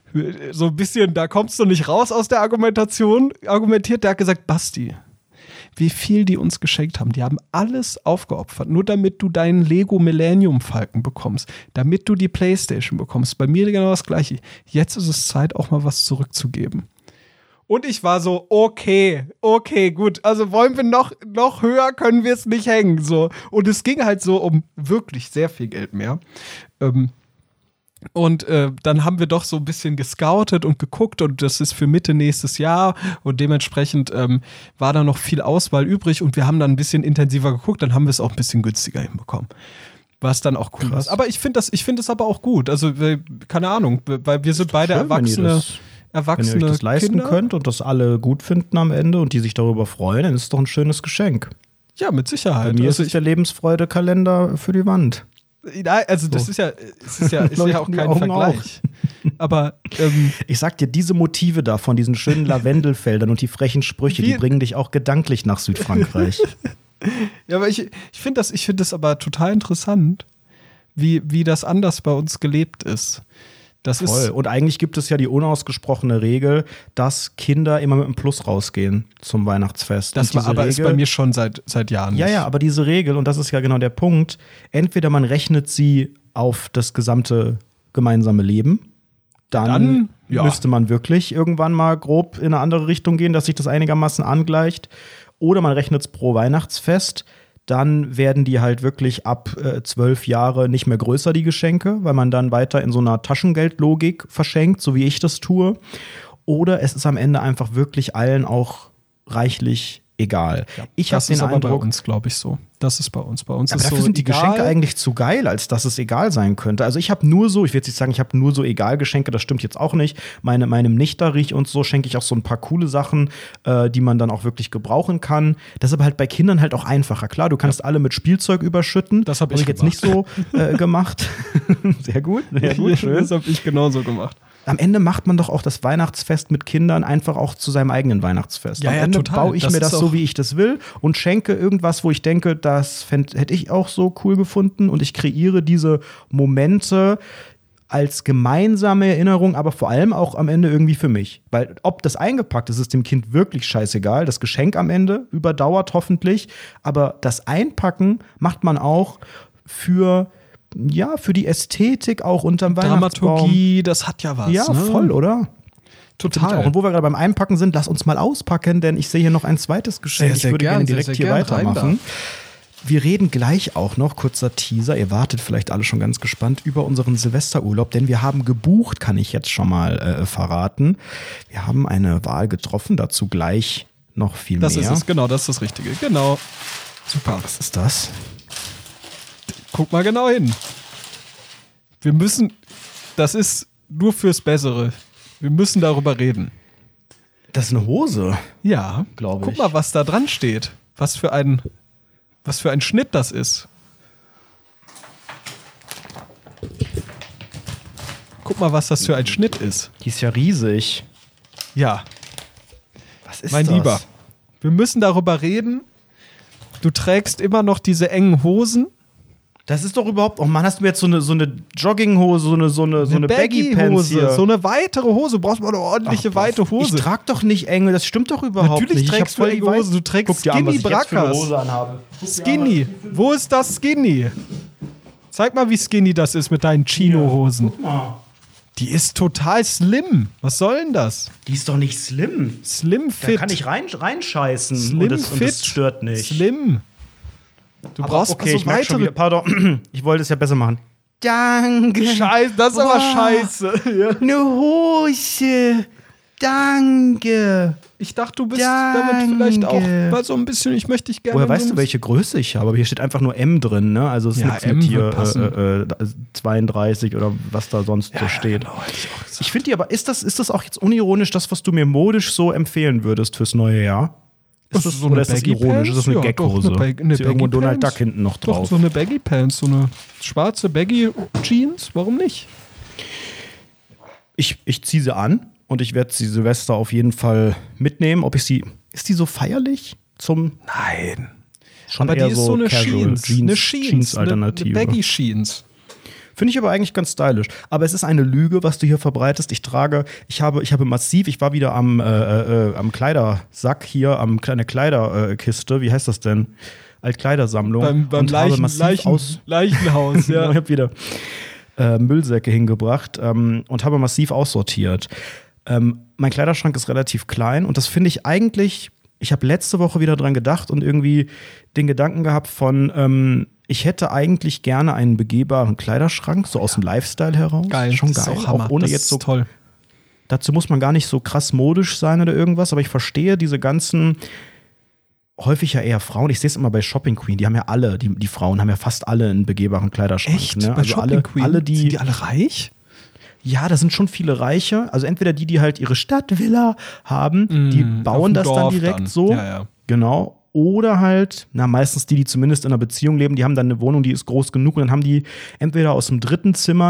da kommst du nicht raus aus der Argumentation, argumentiert, der hat gesagt, Basti, wie viel die uns geschenkt haben, die haben alles aufgeopfert, nur damit du deinen Lego Millennium Falcon bekommst, damit du die Playstation bekommst. Bei mir genau das Gleiche. Jetzt ist es Zeit, auch mal was zurückzugeben. Und ich war so, okay, gut. Also wollen wir noch höher, können wir es nicht hängen. So. Und es ging halt so um wirklich sehr viel Geld mehr. Und dann haben wir doch so ein bisschen gescoutet und geguckt und das ist für Mitte nächstes Jahr und dementsprechend war da noch viel Auswahl übrig und wir haben dann ein bisschen intensiver geguckt, dann haben wir es auch ein bisschen günstiger hinbekommen. Was dann auch cool ist. Aber ich finde das aber auch gut. Also, keine Ahnung, weil wir sind beide
Schön,
Erwachsene
wenn ihr euch das leisten
Kinder.
könnt und das alle gut finden am Ende und die sich darüber freuen, dann ist es doch ein schönes Geschenk.
Ja, mit Sicherheit.
Bei mir
Also
ist es der Lebensfreude-Kalender für die Wand.
also das ist ja auch
die
kein
Augen
Vergleich. Aber
Ich sag dir, diese Motive da von diesen schönen Lavendelfeldern und die frechen Sprüche, die bringen dich auch gedanklich nach Südfrankreich.
ja, aber ich finde das aber total interessant, wie das anders bei uns gelebt ist. Das
Voll.
ist
Und eigentlich gibt es ja die unausgesprochene Regel, dass Kinder immer mit einem Plus rausgehen zum Weihnachtsfest.
das
Und
war,
diese
aber ist
Regel-
bei mir schon seit Jahren.
Ja,
nicht.
ja, aber diese Regel, und das ist ja genau der Punkt, entweder man rechnet sie auf das gesamte gemeinsame Leben, dann
ja.
müsste man wirklich irgendwann mal grob in eine andere Richtung gehen, dass sich das einigermaßen angleicht. Oder man rechnet es pro Weihnachtsfest, dann werden die halt wirklich ab 12 Jahre nicht mehr größer, die Geschenke, weil man dann weiter in so einer Taschengeldlogik verschenkt, so wie ich das tue. Oder es ist am Ende einfach wirklich allen auch reichlich egal. Ich habe
Das
den
ist aber bei
Eindruck,
uns, glaube ich, so. Das ist bei uns. Bei uns
aber
ist
dafür
so
sind die
egal.
Geschenke eigentlich zu geil, als dass es egal sein könnte. Also ich will jetzt nicht sagen, ich habe nur so Egal-Geschenke, das stimmt jetzt auch nicht. Meinem Nichterich und so schenke ich auch so ein paar coole Sachen, die man dann auch wirklich gebrauchen kann. Das ist aber halt bei Kindern halt auch einfacher. Klar, du kannst alle mit Spielzeug überschütten.
Das hab ich
jetzt nicht so gemacht. Sehr gut, schön.
Das habe ich genauso gemacht.
Am Ende macht man doch auch das Weihnachtsfest mit Kindern einfach auch zu seinem eigenen Weihnachtsfest.
Ja,
Am
ja,
Ende
total.
baue ich
Das
mir
ist
das
auch-
so, wie ich das will und schenke irgendwas, wo ich denke, das hätte ich auch so cool gefunden und ich kreiere diese Momente als gemeinsame Erinnerung, aber vor allem auch am Ende irgendwie für mich. Weil ob das eingepackt ist, ist dem Kind wirklich scheißegal. Das Geschenk am Ende überdauert hoffentlich, aber das Einpacken macht man auch für die Ästhetik auch unterm Weihnachtsbaum.
Dramaturgie, das hat ja was.
Ja,
ne?
voll, oder?
Total.
Und wo wir gerade beim Einpacken sind, lass uns mal auspacken, denn ich sehe hier noch ein zweites Geschenk.
Sehr
Ich würde gerne direkt
sehr
hier
gern
weitermachen. Wir reden gleich auch noch, kurzer Teaser, ihr wartet vielleicht alle schon ganz gespannt, über unseren Silvesterurlaub, denn wir haben gebucht, kann ich jetzt schon mal verraten. Wir haben eine Wahl getroffen, dazu gleich noch viel mehr.
Das ist es, genau, das ist das Richtige. Genau. Super.
Was ist das?
Guck mal genau hin. Wir müssen, das ist nur fürs Bessere. Wir müssen darüber reden.
Das ist eine Hose.
Ja,
glaube ich.
Guck mal, was da dran steht. Was für ein Schnitt das ist. Guck mal, was das für ein Schnitt ist.
Die ist ja riesig.
Ja,
Was ist
mein
das?
Lieber, wir müssen darüber reden. Du trägst immer noch diese engen Hosen.
Das ist doch überhaupt. Oh Mann, hast du mir jetzt so eine Jogginghose, so eine Baggy-Pants hier?
So eine weitere Hose. Du brauchst mal eine ordentliche weite Hose.
Ich trag doch nicht enge, das stimmt doch überhaupt
Natürlich
nicht.
trägst du enge Hose, du trägst Skinny Brackers. Skinny. Wo ist das Skinny? Zeig mal, wie skinny das ist mit deinen Chino-Hosen.
Guck mal.
Die ist total slim. Was soll denn das?
Die ist doch nicht slim.
Slim
Da
fit.
kann ich reinscheißen
Slim
und
fit.
das stört nicht.
Slim. Du
Aber
brauchst
okay,
so
ich merke schon
weitere.
wieder. Pardon, ich wollte es ja besser machen. Danke.
Scheiße, das ist aber scheiße. Ja.
Eine Hose. Danke.
Ich dachte, du bist damit vielleicht auch mal so ein bisschen, ich möchte dich gerne.
Woher
in
weißt
so
du, welche Größe ich habe? Aber hier steht einfach nur M drin, ne? Also es ist
Ja,
nichts
M
mit
wird
hier 32 oder was da sonst so steht.
Genau, hätte ich auch gesagt.
Ich finde die aber, ist das auch jetzt unironisch das, was du mir modisch so empfehlen würdest fürs neue Jahr? Ist das,
so eine
oder ist das
Baggy
ironisch? Ist das eine
Pants? Ja,
Gag-Hose?
doch, eine
Ist hier irgendwo
Baggy
Donald
Pants?
Duck hinten noch
Doch,
drauf?
so eine Baggy Pants, so eine schwarze Baggy Jeans, warum nicht?
Ich ziehe sie an und ich werde sie Silvester auf jeden Fall mitnehmen. Ist die so feierlich?
Nein.
Schon
Aber
eher
die ist so eine
Casual
Jeans, eine
Alternative.
Baggy Jeans.
Finde ich aber eigentlich ganz stylisch. Aber es ist eine Lüge, was du hier verbreitest. Ich habe massiv, ich war wieder am Kleidersack hier, kleine Kleiderkiste, wie heißt das denn? Altkleidersammlung.
Beim
und habe massiv
Leichenhaus, ja.
Ich habe wieder Müllsäcke hingebracht und habe massiv aussortiert. Mein Kleiderschrank ist relativ klein und das finde ich eigentlich, ich habe letzte Woche wieder dran gedacht und irgendwie den Gedanken gehabt von, ich hätte eigentlich gerne einen begehbaren Kleiderschrank, so aus dem Lifestyle heraus.
Geil,
Schon
das
geil,
ist auch Hammer.
ohne
Das
jetzt
ist
so
toll.
Dazu muss man gar nicht so krass modisch sein oder irgendwas, aber ich verstehe diese ganzen, häufig ja eher Frauen, ich sehe es immer bei Shopping Queen, die haben ja alle, die Frauen haben ja fast alle einen begehbaren Kleiderschrank.
Echt?
Ne?
Bei
Also
Shopping Queen?
alle,
Sind die alle reich?
ja, da sind schon viele Reiche. Also entweder die halt ihre Stadtvilla haben, die bauen das dann direkt so.
Ja, ja.
Genau. Oder halt, meistens die zumindest in einer Beziehung leben, die haben dann eine Wohnung, die ist groß genug und dann haben die entweder aus dem dritten Zimmer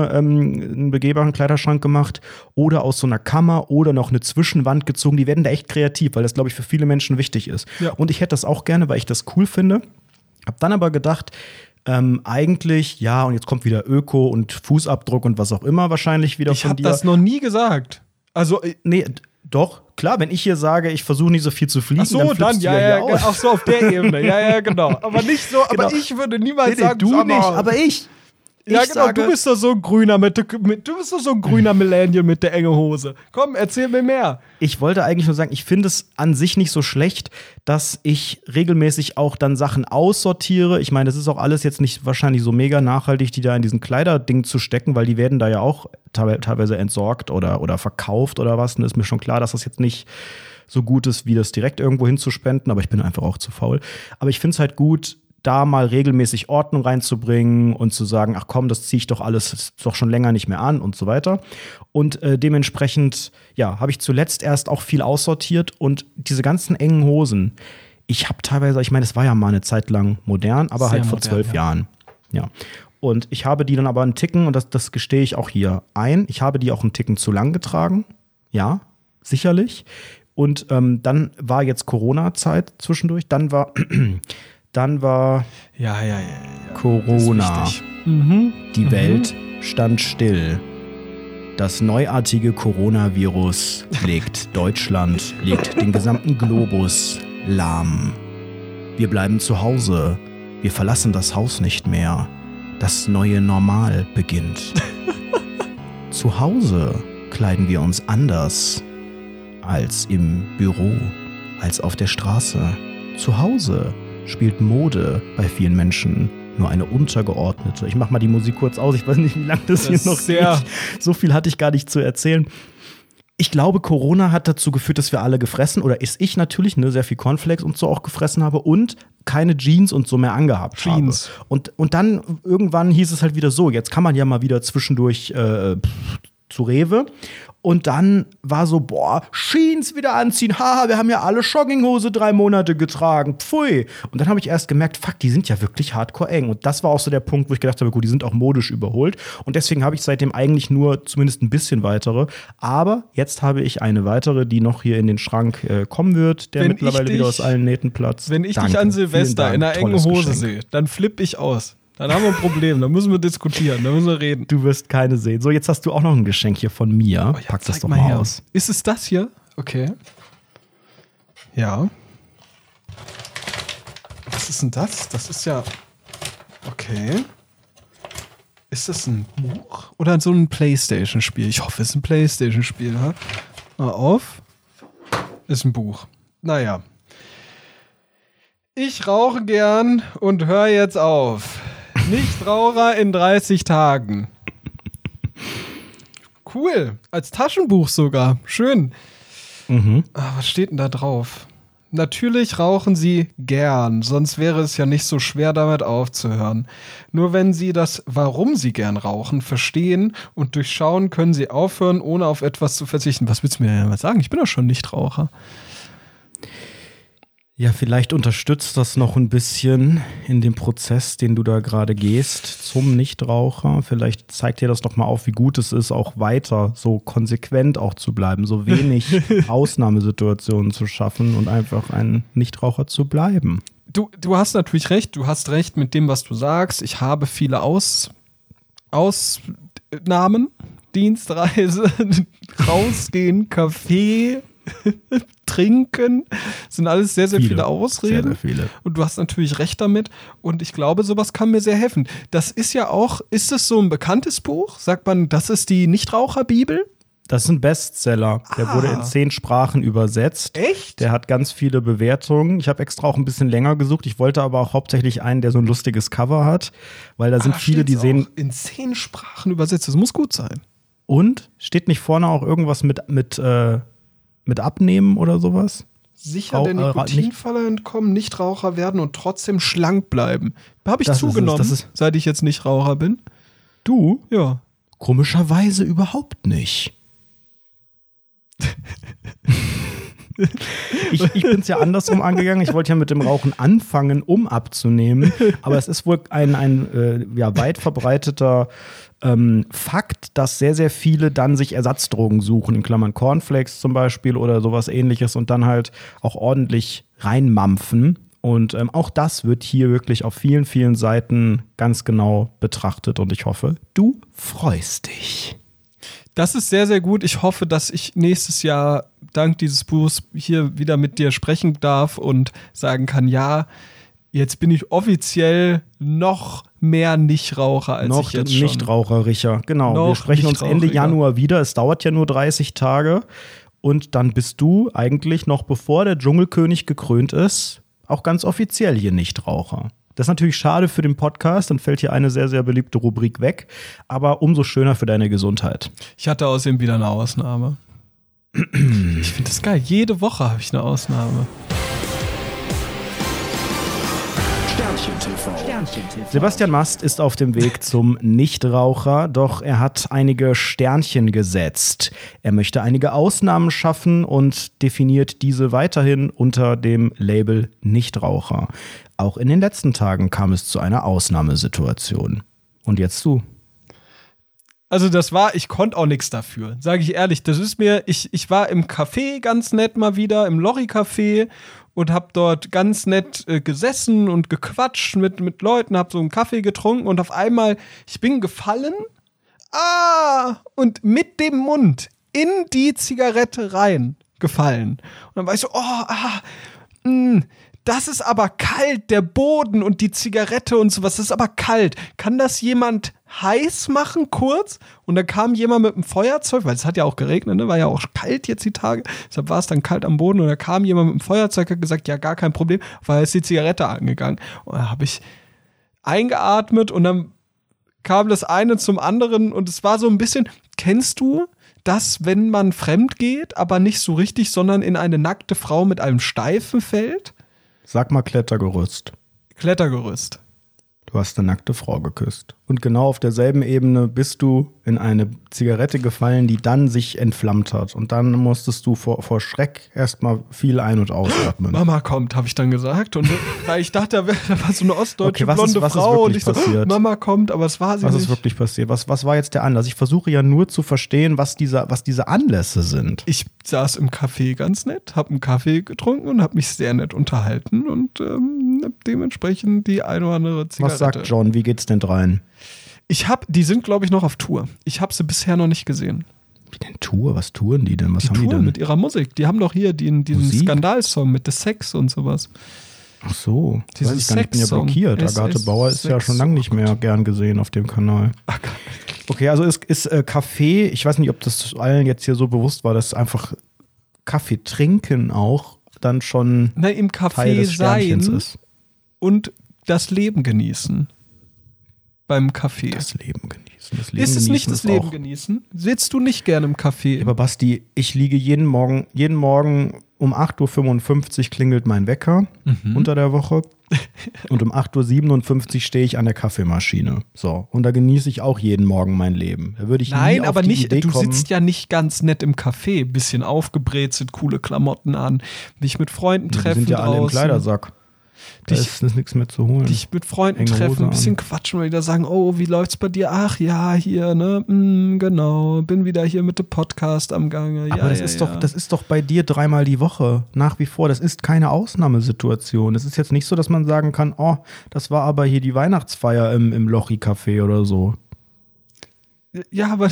einen begehbaren Kleiderschrank gemacht oder aus so einer Kammer oder noch eine Zwischenwand gezogen. Die werden da echt kreativ, weil das, glaube ich, für viele Menschen wichtig ist.
Ja.
Und ich hätte das auch gerne, weil ich das cool finde. Hab dann aber gedacht, eigentlich, ja, und jetzt kommt wieder Öko und Fußabdruck und was auch immer wahrscheinlich wieder
Ich
von
habe
dir.
das noch nie gesagt. Also,
Nee, doch, klar, wenn ich hier sage, ich versuche nicht so viel zu fliegen,
ach so,
dann flippst du ja hier aus.
ach so, auf der Ebene. Ja, genau. Aber nicht so, aber
Genau.
ich würde niemals sagen,
du
sag
nicht,
mal.
aber ich.
Ja,
Ich
genau,
sage-
du bist doch so ein grüner du bist doch so ein grüner Millennial mit der enge Hose. Komm, erzähl mir mehr.
Ich wollte eigentlich nur sagen, ich finde es an sich nicht so schlecht, dass ich regelmäßig auch dann Sachen aussortiere. Ich meine, das ist auch alles jetzt nicht wahrscheinlich so mega nachhaltig, die da in diesen Kleiderding zu stecken, weil die werden da ja auch teilweise entsorgt oder verkauft oder was. Und ist mir schon klar, dass das jetzt nicht so gut ist, wie das direkt irgendwo hinzuspenden, aber ich bin einfach auch zu faul. Aber ich finde es halt gut, da mal regelmäßig Ordnung reinzubringen und zu sagen, ach komm, das ziehe ich doch alles ist doch schon länger nicht mehr an und so weiter. Und dementsprechend, ja, habe ich zuletzt erst auch viel aussortiert und diese ganzen engen Hosen, ich habe teilweise, ich meine, es war ja mal eine Zeit lang modern, aber
Sehr
halt vor
modern,
12
ja.
Jahren. Ja. Und ich habe die dann aber einen Ticken, und das gestehe ich auch hier ein, ich habe die auch einen Ticken zu lang getragen. Ja, sicherlich. Und dann war jetzt Corona-Zeit zwischendurch, dann war
Ja.
Corona.
Das ist wichtig.
Die Welt stand still. Das neuartige Coronavirus legt Deutschland, legt den gesamten Globus lahm. Wir bleiben zu Hause. Wir verlassen das Haus nicht mehr. Das neue Normal beginnt. Zu Hause kleiden wir uns anders. als im Büro, als auf der Straße. Zu Hause spielt Mode bei vielen Menschen nur eine untergeordnete. Ich mach mal die Musik kurz aus, ich weiß nicht, wie lange das hier noch geht. So viel hatte ich gar nicht zu erzählen. Ich glaube, Corona hat dazu geführt, dass wir alle gefressen, oder ich natürlich, sehr viel Cornflakes und so auch gefressen habe und keine Jeans und so mehr angehabt habe. Und dann irgendwann hieß es halt wieder so, jetzt kann man ja mal wieder zwischendurch zu Rewe. Und dann war so, Jeans wieder anziehen. Haha, wir haben ja alle Jogginghose 3 Monate getragen. Pfui. Und dann habe ich erst gemerkt, fuck, die sind ja wirklich hardcore eng. Und das war auch so der Punkt, wo ich gedacht habe, gut, die sind auch modisch überholt. Und deswegen habe ich seitdem eigentlich nur zumindest ein bisschen weitere. Aber jetzt habe ich eine weitere, die noch hier in den Schrank kommen wird, der mittlerweile wieder aus allen Nähten platzt.
Wenn ich dich an Silvester in einer engen Hose sehe, dann flippe ich aus. Dann haben wir ein Problem, dann müssen wir diskutieren, dann müssen wir reden.
Du wirst keine sehen. So, jetzt hast du auch noch ein Geschenk hier von mir.
Ja, pack das doch mal aus. Ist es das hier? Okay. Ja. Was ist denn das? Das ist ja... Okay. Ist das ein Buch? Oder so ein Playstation-Spiel? Ich hoffe, es ist ein Playstation-Spiel. Ha? Mal auf. Ist ein Buch. Naja. Ich rauche gern und höre jetzt auf. Nichtraucher in 30 Tagen. Cool. Als Taschenbuch sogar. Schön. Was steht denn da drauf? Natürlich rauchen Sie gern, sonst wäre es ja nicht so schwer, damit aufzuhören. Nur wenn Sie das, warum Sie gern rauchen, verstehen und durchschauen, können Sie aufhören, ohne auf etwas zu verzichten. Was willst du mir denn mal sagen? Ich bin doch schon Nichtraucher.
Ja, vielleicht unterstützt das noch ein bisschen in dem Prozess, den du da gerade gehst zum Nichtraucher. Vielleicht zeigt dir das doch mal auf, wie gut es ist, auch weiter so konsequent auch zu bleiben, so wenig Ausnahmesituationen zu schaffen und einfach ein Nichtraucher zu bleiben.
Du hast natürlich recht, du hast recht mit dem, was du sagst. Ich habe viele Ausnahmen, Dienstreise, rausgehen, Kaffee, trinken, sind alles sehr, sehr viele Ausreden.
Sehr, sehr viele.
Und du hast natürlich recht damit. Und ich glaube, sowas kann mir sehr helfen. Das ist ja auch, ist es so ein bekanntes Buch? Sagt man, das ist die Nichtraucherbibel?
Das ist ein Bestseller. Der wurde in 10 Sprachen übersetzt.
Echt?
Der hat ganz viele Bewertungen. Ich habe extra auch ein bisschen länger gesucht. Ich wollte aber auch hauptsächlich einen, der so ein lustiges Cover hat. Weil da sind viele, die sehen...
In 10 Sprachen übersetzt. Das muss gut sein.
Und? Steht nicht vorne auch irgendwas mit Abnehmen oder sowas?
Sicher der Nikotinfalle entkommen, Nichtraucher werden und trotzdem schlank bleiben. Habe ich zugenommen, seit ich jetzt Nichtraucher bin?
Du?
Ja.
Komischerweise überhaupt nicht. Ich bin es ja andersrum angegangen. Ich wollte ja mit dem Rauchen anfangen, um abzunehmen. Aber es ist wohl ein weit verbreiteter Fakt, dass sehr, sehr viele dann sich Ersatzdrogen suchen, in Klammern Cornflakes zum Beispiel oder sowas Ähnliches und dann halt auch ordentlich reinmampfen. Und auch das wird hier wirklich auf vielen, vielen Seiten ganz genau betrachtet. Und ich hoffe, du freust dich.
Das ist sehr, sehr gut. Ich hoffe, dass ich nächstes Jahr dank dieses Buchs hier wieder mit dir sprechen darf und sagen kann, ja, jetzt bin ich offiziell noch mehr Nichtraucher als ich jetzt schon.
Noch Nichtrauchericher, genau. Wir sprechen uns Ende Januar wieder. Es dauert ja nur 30 Tage. Und dann bist du eigentlich noch, bevor der Dschungelkönig gekrönt ist, auch ganz offiziell hier Nichtraucher. Das ist natürlich schade für den Podcast, dann fällt hier eine sehr, sehr beliebte Rubrik weg, aber umso schöner für deine Gesundheit.
Ich hatte außerdem wieder eine Ausnahme. Ich finde das geil, jede Woche habe ich eine Ausnahme.
Sebastian Mast ist auf dem Weg zum Nichtraucher, doch er hat einige Sternchen gesetzt. Er möchte einige Ausnahmen schaffen und definiert diese weiterhin unter dem Label Nichtraucher. Auch in den letzten Tagen kam es zu einer Ausnahmesituation. Und jetzt du.
Also ich konnte auch nichts dafür, sage ich ehrlich. Das ist mir, ich war im Café ganz nett mal wieder, im Lorry-Café und habe dort ganz nett gesessen und gequatscht mit Leuten, habe so einen Kaffee getrunken und auf einmal, ich bin gefallen, und mit dem Mund in die Zigarette rein gefallen. Und dann war ich so, das ist aber kalt, der Boden und die Zigarette und sowas, das ist aber kalt. Kann das jemand heiß machen kurz und dann kam jemand mit einem Feuerzeug, weil es hat ja auch geregnet, ne? War ja auch kalt jetzt die Tage, deshalb war es dann kalt am Boden und da kam jemand mit einem Feuerzeug, hat gesagt, ja, gar kein Problem, weil ist die Zigarette angegangen und da habe ich eingeatmet und dann kam das eine zum anderen und es war so ein bisschen, kennst du das, wenn man fremd geht, aber nicht so richtig, sondern in eine nackte Frau mit einem Steifen fällt?
Sag mal Klettergerüst.
Klettergerüst.
Du hast eine nackte Frau geküsst. Und genau auf derselben Ebene bist du in eine Zigarette gefallen, die dann sich entflammt hat. Und dann musstest du vor Schreck erstmal viel ein- und ausatmen.
Mama kommt, habe ich dann gesagt. Und weil ich dachte, da war so eine ostdeutsche
Okay,
blonde
was ist
Frau. Und
wirklich
ich so,
passiert?
Mama kommt, aber es war sie
Was
nicht.
ist wirklich passiert? Was war jetzt der Anlass? Ich versuche ja nur zu verstehen, was diese Anlässe sind.
Ich saß im Café ganz nett, habe einen Kaffee getrunken und habe mich sehr nett unterhalten und dementsprechend die eine oder andere Zigarette.
Was sagt John? Wie geht's denn drein?
Die sind, glaube ich, noch auf Tour. Ich habe sie bisher noch nicht gesehen.
Wie denn Tour? Was touren die denn? Was
Die
haben die
Touren
denn?
mit ihrer Musik. Die haben doch hier diesen
Musik?
Skandalsong mit The Sex und sowas.
Ach so,
Diesen
weiß ich gar nicht, ich bin ja
Sex-Song.
blockiert. Agathe Bauer ist ja schon lange nicht mehr gern gesehen auf dem Kanal. Okay, also es ist Kaffee. Ich weiß nicht, ob das allen jetzt hier so bewusst war, dass einfach Kaffee trinken auch dann schon
Na, im
Teil
Café
des Sternchens
sein
ist.
und das Leben genießen. Beim Café.
Das Leben genießen. Das Leben
Ist es nicht
genießen
das
ist
Leben
auch.
genießen? Sitzt du nicht gerne im Café?
Aber Basti, ich liege jeden Morgen um 8.55 Uhr klingelt mein Wecker unter der Woche. Und um 8.57 Uhr stehe ich an der Kaffeemaschine. So. Und da genieße ich auch jeden Morgen mein Leben. Da würde ich nie
Nein,
auf
aber
die
nicht,
Idee
du
kommen.
sitzt ja nicht ganz nett im Café, bisschen aufgebrezelt, coole Klamotten an, dich mit Freunden
Die
treffen
sind ja alle im
draußen.
Kleidersack. Da
Dich-
ist nichts mehr zu holen.
Dich mit Freunden
Enge
treffen,
Hose
ein bisschen
an.
quatschen, weil die da sagen, oh, wie läuft's bei dir? Ach ja, hier, ne, genau, bin wieder hier mit dem Podcast am Gange.
Aber das ist doch bei dir dreimal die Woche, nach wie vor. Das ist keine Ausnahmesituation. Es ist jetzt nicht so, dass man sagen kann, oh, das war aber hier die Weihnachtsfeier im Lochi-Café oder so.
Ja, aber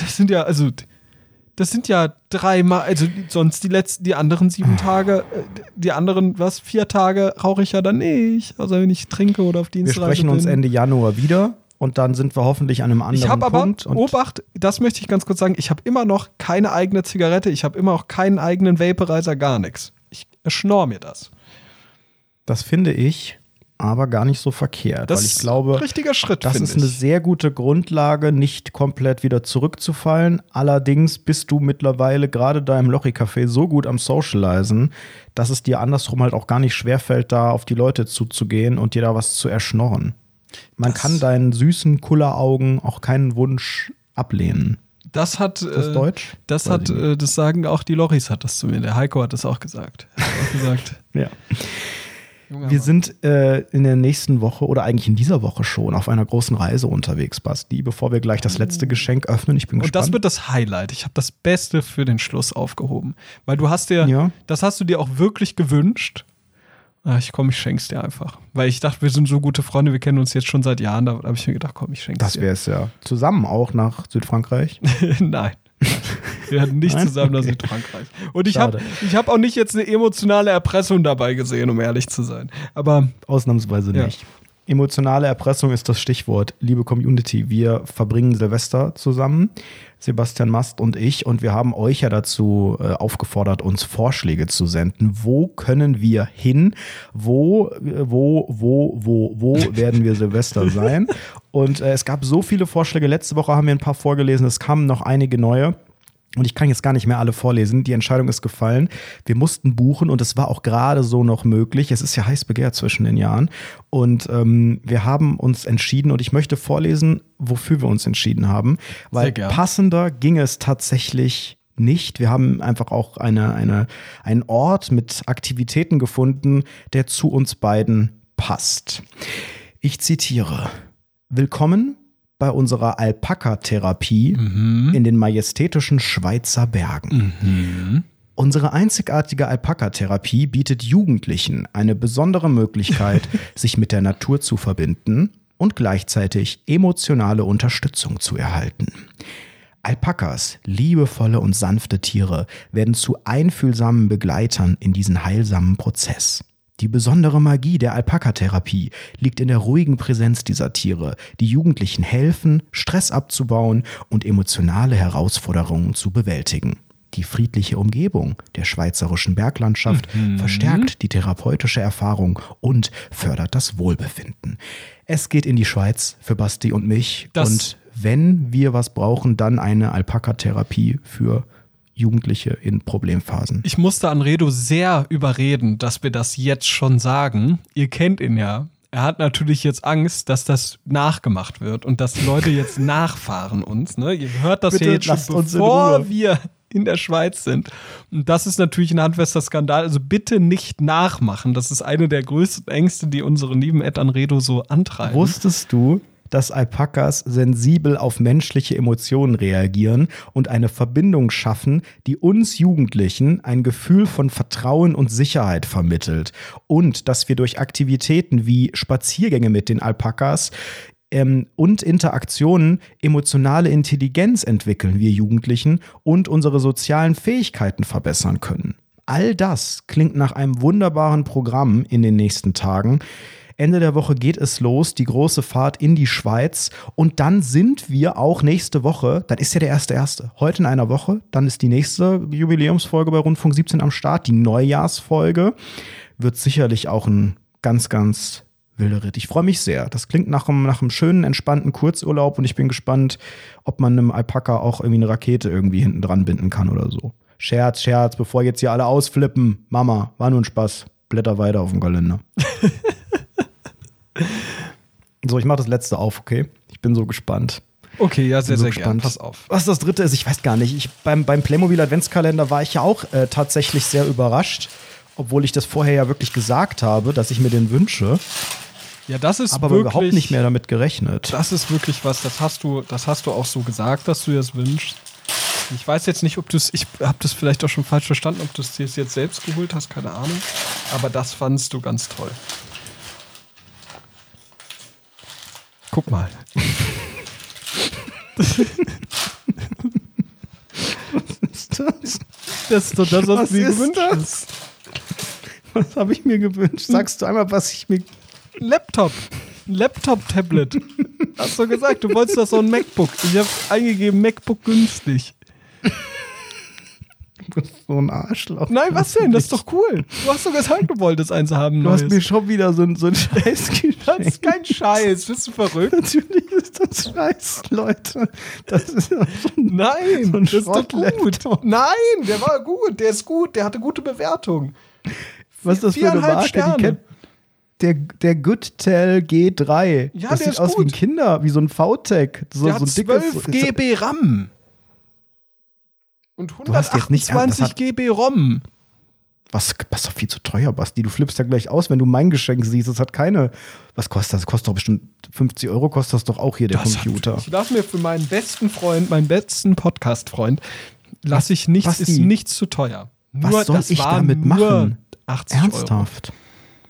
das sind ja dreimal, also sonst die anderen 7 Tage, die anderen, 4 Tage rauche ich ja dann nicht, also wenn ich trinke oder auf
Wir
Dienstreise
sprechen uns
bin.
Ende Januar wieder und dann sind wir hoffentlich an einem anderen
Ich habe aber,
Punkt. Und
Obacht, das möchte ich ganz kurz sagen, ich habe immer noch keine eigene Zigarette, ich habe immer auch keinen eigenen Vaporizer, gar nichts. Ich schnorr mir das.
das finde ich aber gar nicht so verkehrt,
Das
weil ich
ist
glaube,
ein richtiger Schritt,
das
finde
ist eine
ich.
sehr gute Grundlage, nicht komplett wieder zurückzufallen. Allerdings bist du mittlerweile gerade da im Lochi-Café so gut am Socialisen, dass es dir andersrum halt auch gar nicht schwerfällt, da auf die Leute zuzugehen und dir da was zu erschnorren. Man kann deinen süßen Kulleraugen auch keinen Wunsch ablehnen.
Das hat,
Ist das Deutsch?
das
Weiß
hat,
ich nicht.
das sagen auch die Loris, hat das zu mir. Der Heiko hat das auch gesagt. Er hat auch gesagt,
Ja.
junger
Wir
Mann.
sind in der nächsten Woche oder eigentlich in dieser Woche schon auf einer großen Reise unterwegs, Basti, bevor wir gleich das letzte Geschenk öffnen. Ich bin
Und das
gespannt.
wird das Highlight. Ich habe das Beste für den Schluss aufgehoben. Weil du hast dir,
Ja.
das hast du dir auch wirklich gewünscht. Ich schenk's dir einfach. Weil ich dachte, wir sind so gute Freunde, wir kennen uns jetzt schon seit Jahren. Da habe ich mir gedacht, komm, ich schenk's
Das
dir.
wäre es ja. Zusammen auch nach Südfrankreich.
Nein. Wir hatten nicht
Nein?
zusammen nach
Okay.
Südfrankreich. Und ich habe
Schade.
auch nicht jetzt eine emotionale Erpressung dabei gesehen, um ehrlich zu sein. Aber
Ausnahmsweise
Ja.
nicht. Emotionale Erpressung ist das Stichwort. Liebe Community, wir verbringen Silvester zusammen, Sebastian Mast und ich, und wir haben euch ja dazu aufgefordert, uns Vorschläge zu senden. Wo können wir hin? Wo werden wir Silvester sein? Und es gab so viele Vorschläge. Letzte Woche haben wir ein paar vorgelesen. Es kamen noch einige neue. Und ich kann jetzt gar nicht mehr alle vorlesen. Die Entscheidung ist gefallen. Wir mussten buchen und es war auch gerade so noch möglich. Es ist ja heiß begehrt zwischen den Jahren. Und wir haben uns entschieden und ich möchte vorlesen, wofür wir uns entschieden haben. Weil
Sehr gern.
passender ging es tatsächlich nicht. Wir haben einfach auch einen Ort mit Aktivitäten gefunden, der zu uns beiden passt. Ich zitiere: Willkommen bei unserer Alpaka-Therapie in den majestätischen Schweizer Bergen. Unsere einzigartige Alpaka-Therapie bietet Jugendlichen eine besondere Möglichkeit, sich mit der Natur zu verbinden und gleichzeitig emotionale Unterstützung zu erhalten. Alpakas, liebevolle und sanfte Tiere, werden zu einfühlsamen Begleitern in diesen heilsamen Prozess. Die besondere Magie der Alpaka-Therapie liegt in der ruhigen Präsenz dieser Tiere, die Jugendlichen helfen, Stress abzubauen und emotionale Herausforderungen zu bewältigen. Die friedliche Umgebung der schweizerischen Berglandschaft verstärkt die therapeutische Erfahrung und fördert das Wohlbefinden. Es geht in die Schweiz für Basti und mich. Und wenn wir was brauchen, dann eine Alpaka-Therapie für Jugendliche in Problemphasen.
Ich musste Anredo sehr überreden, dass wir das jetzt schon sagen. Ihr kennt ihn ja. Er hat natürlich jetzt Angst, dass das nachgemacht wird und dass die Leute jetzt nachfahren uns. Ne? Ihr hört das
Bitte
ja jetzt schon, bevor wir in der Schweiz sind. Und das ist natürlich ein handfester Skandal. Also bitte nicht nachmachen. Das ist eine der größten Ängste, die unsere lieben Ed Anredo so antreiben.
Wusstest du, dass Alpakas sensibel auf menschliche Emotionen reagieren und eine Verbindung schaffen, die uns Jugendlichen ein Gefühl von Vertrauen und Sicherheit vermittelt? Und dass wir durch Aktivitäten wie Spaziergänge mit den Alpakas und Interaktionen emotionale Intelligenz entwickeln, wir Jugendlichen, und unsere sozialen Fähigkeiten verbessern können. All das klingt nach einem wunderbaren Programm in den nächsten Tagen. Ende der Woche geht es los, die große Fahrt in die Schweiz. Und dann sind wir auch nächste Woche, dann ist ja der 1.1., heute in einer Woche, dann ist die nächste Jubiläumsfolge bei Rundfunk 17 am Start, die Neujahrsfolge. Wird sicherlich auch ein ganz, ganz wilder Ritt. Ich freue mich sehr. Das klingt nach einem schönen, entspannten Kurzurlaub und ich bin gespannt, ob man einem Alpaka auch irgendwie eine Rakete irgendwie hinten dran binden kann oder so. Scherz, bevor jetzt hier alle ausflippen. Mama, war nur ein Spaß. Blätter weiter auf dem Kalender. So, ich mache das letzte auf, okay? Ich bin so gespannt.
Okay, ja, sehr, sehr gerne. Pass auf.
Was das dritte ist, ich weiß gar nicht. Beim Playmobil Adventskalender war ich ja auch tatsächlich sehr überrascht, obwohl ich das vorher ja wirklich gesagt habe, dass ich mir den wünsche.
Ja, das ist
aber
wirklich,
überhaupt nicht mehr damit gerechnet.
Das ist wirklich was, das hast du auch so gesagt, dass du dir das wünschst. Ich weiß jetzt nicht, ich habe das vielleicht auch schon falsch verstanden, ob du es dir jetzt selbst geholt hast, keine Ahnung. Aber das fandst du ganz toll. Guck mal.
Was ist das?
Das ist doch das, was du dir gewünscht hast.
Was habe ich mir gewünscht? Sagst du einmal, was ich mir...
Laptop-Tablet. Hast du gesagt, du wolltest doch so ein MacBook. Ich habe eingegeben, MacBook günstig.
Du bist so ein Arschloch.
Nein, was denn? Das ist doch cool. Du hast doch gesagt, du wolltest eins haben.
Du hast mir schon wieder so ein Scheiß geschenkt.
Das ist kein Scheiß. Bist du verrückt?
Natürlich ist das Scheiß, Leute. Das ist ja
Nein,
so ein
das ist doch gut. Nein, der war gut. Der ist gut. Der hatte gute Bewertung.
Was ist das für eine Marke?
Sterne.
Die kennt der Goodtel G3.
Ja,
das
der
sieht
ist
aus
gut.
wie ein Kinder, wie so ein VTech.
Der hat 12 GB RAM. Und
Du hast jetzt nicht-
128 GB ROM.
Das ist doch viel zu teuer, Basti. Du flippst ja gleich aus, wenn du mein Geschenk siehst. Das hat keine. Was kostet das? Das kostet doch bestimmt 50 €, kostet das doch auch hier, der Computer.
Ich lasse mir für meinen besten Freund, meinen besten Podcast-Freund, lasse ich nichts,
Basti,
ist nichts zu teuer.
Was soll ich damit machen?
80
Ernsthaft?
€.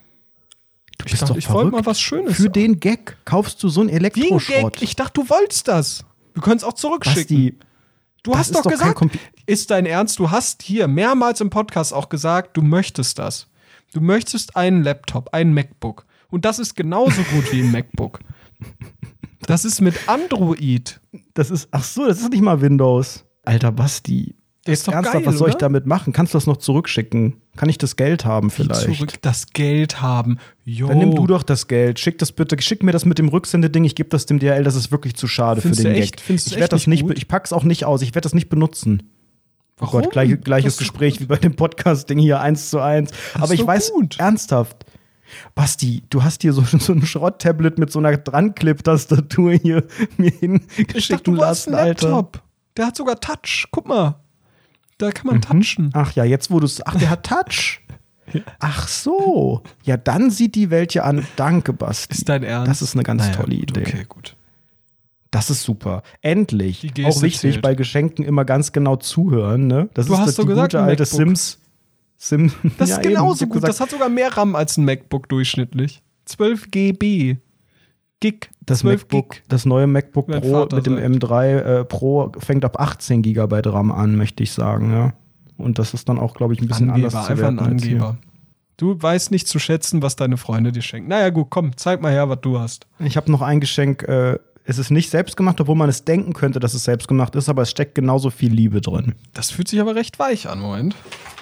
Du bist doch
Ich wollte
verrückt.
mal was Schönes.
Für den Gag kaufst du so einen
Wie ein
Elektroschrott.
Gag. Ich dachte, du wolltest das. Wir können es auch zurückschicken.
Basti,
Du
das
hast
ist
doch
doch kein
gesagt, ist dein Ernst, du hast hier mehrmals im Podcast auch gesagt, du möchtest das. Du möchtest einen Laptop, ein MacBook. Und das ist genauso gut wie ein MacBook. Das ist mit Android.
das ist nicht mal Windows. Alter, Basti.
Ist doch
Ernsthaft,
geil,
was soll ich
oder?
damit machen? Kannst du das noch zurückschicken? Kann ich das Geld haben vielleicht?
Zurück das Geld haben. Jo.
Dann nimm du doch das Geld. Schick mir das mit dem Rücksendeding. Ich gebe das dem DHL. Das ist wirklich zu schade
Findest
für den
du echt?
Gag.
Findest du
Ich
echt
werde das
nicht
nicht.
gut?
Ich pack's auch nicht aus. Ich werde das nicht benutzen.
Warum?
Oh Gott, gleiches
Das ist
Gespräch
gut.
wie bei dem Podcast-Ding hier 1:1. Aber ich
doch
weiß
gut.
ernsthaft. Basti, du hast hier so ein Schrott-Tablet mit so einer Dran-Clip-Tastatur hier mir
Ich dachte,
hingeschickt
du wolltest
lassen,
einen
Alter.
Laptop. Der hat sogar Touch. Guck mal. Da kann man touchen.
Ach ja, jetzt wo du es. Ach, der hat Touch. Ach so. Ja, dann sieht die Welt ja an. Danke, Basti.
Ist dein Ernst?
Das ist eine ganz tolle
gut,
Idee.
Okay, gut.
Das ist super. Endlich.
Die Geste
Auch wichtig,
zählt.
bei Geschenken immer ganz genau zuhören. Ne? Das
Du
ist
hast
das
doch
die
gesagt,
gute
ein
alte
MacBook. Das
Ja,
ist
eben.
genauso
Ich hab
gut.
gesagt,
Das hat sogar mehr RAM als ein MacBook durchschnittlich. 12 GB. Gig.
das
12
MacBook,
Gig.
das neue MacBook
Mein
Pro
Vater
mit dem
sagt.
M3 Pro fängt ab 18 GB RAM an, möchte ich sagen. Ja. Und das ist dann auch, glaube ich, ein bisschen anders zu
Einfach ein
werten als hier.
Angeber. Du weißt nicht zu schätzen, was deine Freunde dir schenken. Naja, gut, komm, zeig mal her, was du hast.
Ich habe noch ein Geschenk. Es ist nicht selbstgemacht, obwohl man es denken könnte, dass es selbstgemacht ist, aber es steckt genauso viel Liebe drin.
Das fühlt sich aber recht weich an, Moment.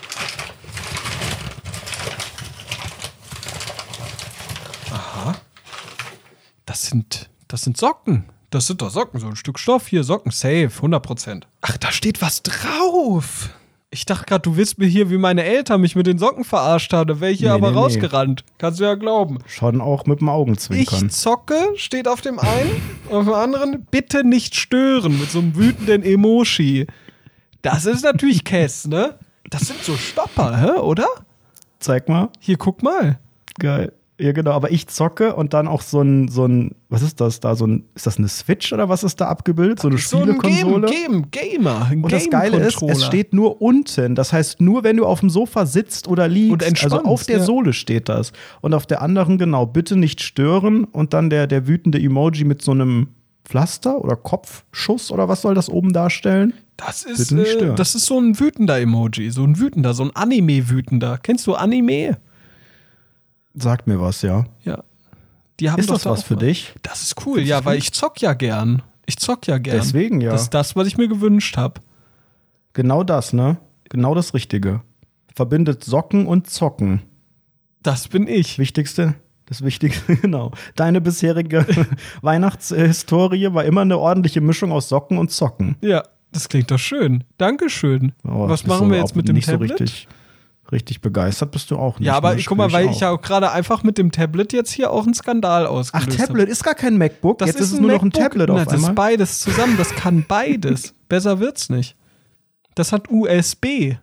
Aha. Das sind Socken. Das sind doch Socken, so ein Stück Stoff hier, Socken, safe, 100%. Ach, da steht was drauf. Ich dachte gerade, du willst mir hier, wie meine Eltern mich mit den Socken verarscht haben. Da wäre ich hier aber rausgerannt. Kannst du ja glauben.
Schon auch mit dem Augenzwinkern.
Ich zocke, steht auf dem einen, auf dem anderen, bitte nicht stören, mit so einem wütenden Emoji. Das ist natürlich Kess, ne? Das sind so Stopper, oder?
Zeig mal.
Hier, guck mal.
Geil. Ja, genau, aber ich zocke und dann auch so ein, was ist das da? Ist das eine Switch oder was ist da abgebildet? So eine Spielekonsole?
Gamer.
Und das Geile ist, es steht nur unten. Das heißt, nur wenn du auf dem Sofa sitzt oder liegst,
und
also auf der Sohle steht das. Und auf der anderen, genau, bitte nicht stören. Und dann der wütende Emoji mit so einem Pflaster oder Kopfschuss oder was soll das oben darstellen?
Das ist so ein wütender Emoji. So ein Anime-wütender. Kennst du Anime?
Sagt mir was, ja.
Ja. Die haben
ist das was für dich?
Das ist cool, ja, weil ich zock ja gern.
Deswegen, ja.
Das ist das, was ich mir gewünscht habe.
Genau das, ne? Genau das Richtige. Verbindet Socken und Zocken.
Das bin ich.
Das Wichtigste, genau. Deine bisherige Weihnachtshistorie war immer eine ordentliche Mischung aus Socken und Zocken.
Ja, das klingt doch schön. Dankeschön. Was machen wir jetzt mit dem Tablet?
So richtig begeistert bist du auch nicht.
Ja, aber guck mal, weil ich ja auch gerade einfach mit dem Tablet jetzt hier auch einen Skandal ausgelöst habe.
Ach, Tablet ist gar kein MacBook, jetzt ist es nur noch ein Tablet auf einmal.
Das ist beides zusammen, das kann beides. Besser wird's nicht. Das hat USB.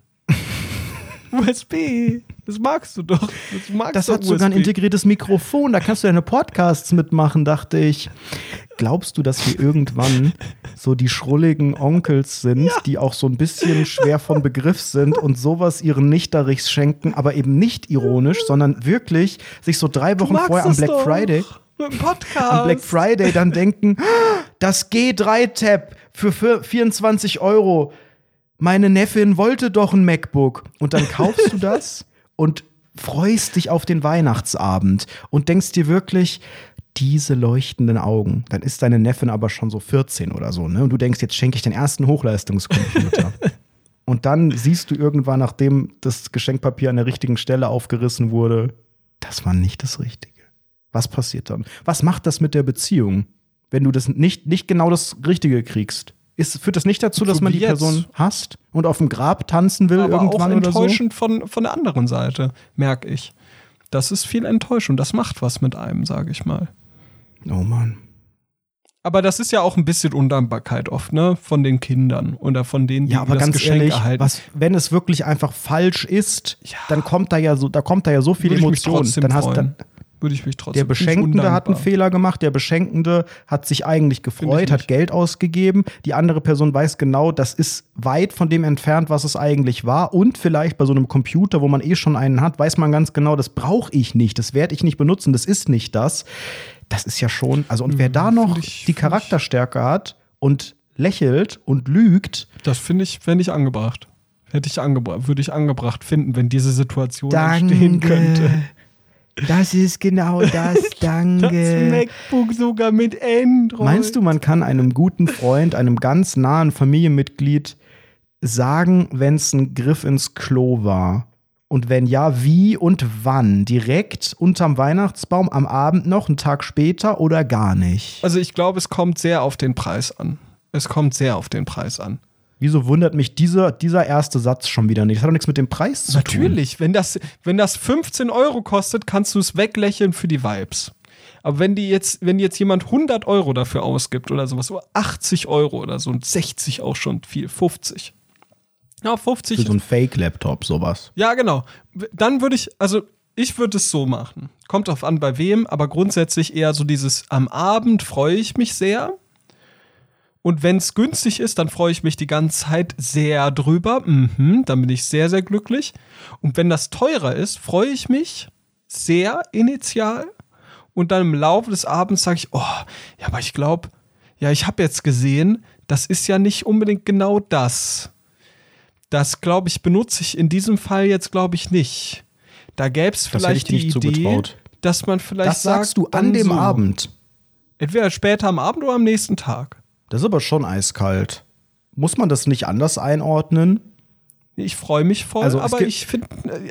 USB, das magst du doch.
Das hat sogar ein integriertes Mikrofon, da kannst du deine Podcasts mitmachen, dachte ich. Glaubst du, dass wir irgendwann so die schrulligen Onkels sind, die auch so ein bisschen schwer von Begriff sind und sowas ihren Nichterichs schenken, aber eben nicht ironisch, sondern wirklich sich so 3 Wochen vorher am Black Friday dann denken, das G3-Tab für 24 €. Meine Neffin wollte doch ein MacBook. Und dann kaufst du das und freust dich auf den Weihnachtsabend und denkst dir wirklich, diese leuchtenden Augen. Dann ist deine Neffin aber schon so 14 oder so, ne? Und du denkst, jetzt schenke ich den ersten Hochleistungscomputer. Und dann siehst du irgendwann, nachdem das Geschenkpapier an der richtigen Stelle aufgerissen wurde, das war nicht das Richtige. Was passiert dann? Was macht das mit der Beziehung, wenn du das nicht genau das Richtige kriegst? Führt das nicht dazu, dass man die Person hasst und auf dem Grab tanzen will, aber irgendwann oder so? Aber auch enttäuschend von der anderen Seite, merke ich. Das ist viel Enttäuschung. Das macht was mit einem, sage ich mal. Oh Mann. Aber das ist ja auch ein bisschen Undankbarkeit oft, ne? Von den Kindern oder von denen, die aber das ganz Geschenk ehrlich, erhalten. Wenn es wirklich einfach falsch ist, dann kommt da ja so viel Emotion. Würde ich mich trotzdem. Der Beschenkende hat einen Fehler gemacht, der Beschenkende hat sich eigentlich gefreut, hat Geld ausgegeben. Die andere Person weiß genau, das ist weit von dem entfernt, was es eigentlich war. Und vielleicht bei so einem Computer, wo man schon einen hat, weiß man ganz genau, das brauche ich nicht, das werde ich nicht benutzen, das ist nicht das. Das ist ja schon, also und wer da noch die Charakterstärke hat und lächelt und lügt. Das fände ich angebracht. Würde ich angebracht finden, wenn diese Situation entstehen könnte. Das ist genau das, danke. Das MacBook sogar mit Android. Meinst du, man kann einem guten Freund, einem ganz nahen Familienmitglied sagen, wenn es ein Griff ins Klo war? Und wenn ja, wie und wann? Direkt unterm Weihnachtsbaum, am Abend noch, einen Tag später oder gar nicht? Also ich glaube, es kommt sehr auf den Preis an. Wieso wundert mich dieser erste Satz schon wieder nicht? Das hat doch nichts mit dem Preis zu tun. Natürlich, wenn das 15 € kostet, kannst du es weglächeln für die Vibes. Aber wenn jetzt jemand 100 € dafür ausgibt oder sowas, oder 80 € oder so und 60 auch schon viel, 50. Ja, 50. Für so ein Fake-Laptop, sowas. Ja, genau. Dann würde ich würde es so machen. Kommt drauf an, bei wem, aber grundsätzlich eher so dieses, am Abend freue ich mich sehr. Und wenn es günstig ist, dann freue ich mich die ganze Zeit sehr drüber. Dann bin ich sehr, sehr glücklich. Und wenn das teurer ist, freue ich mich sehr initial. Und dann im Laufe des Abends sage ich, oh, ja, aber ich glaube, ja, ich habe jetzt gesehen, das ist ja nicht unbedingt genau das. Das, glaube ich, benutze ich in diesem Fall jetzt, glaube ich, nicht.
Da gäbe es vielleicht die Idee, dass man vielleicht
das sagst du an dem Abend.
Entweder später am Abend oder am nächsten Tag.
Das ist aber schon eiskalt. Muss man das nicht anders einordnen?
Ich freue mich voll, also, aber ich finde,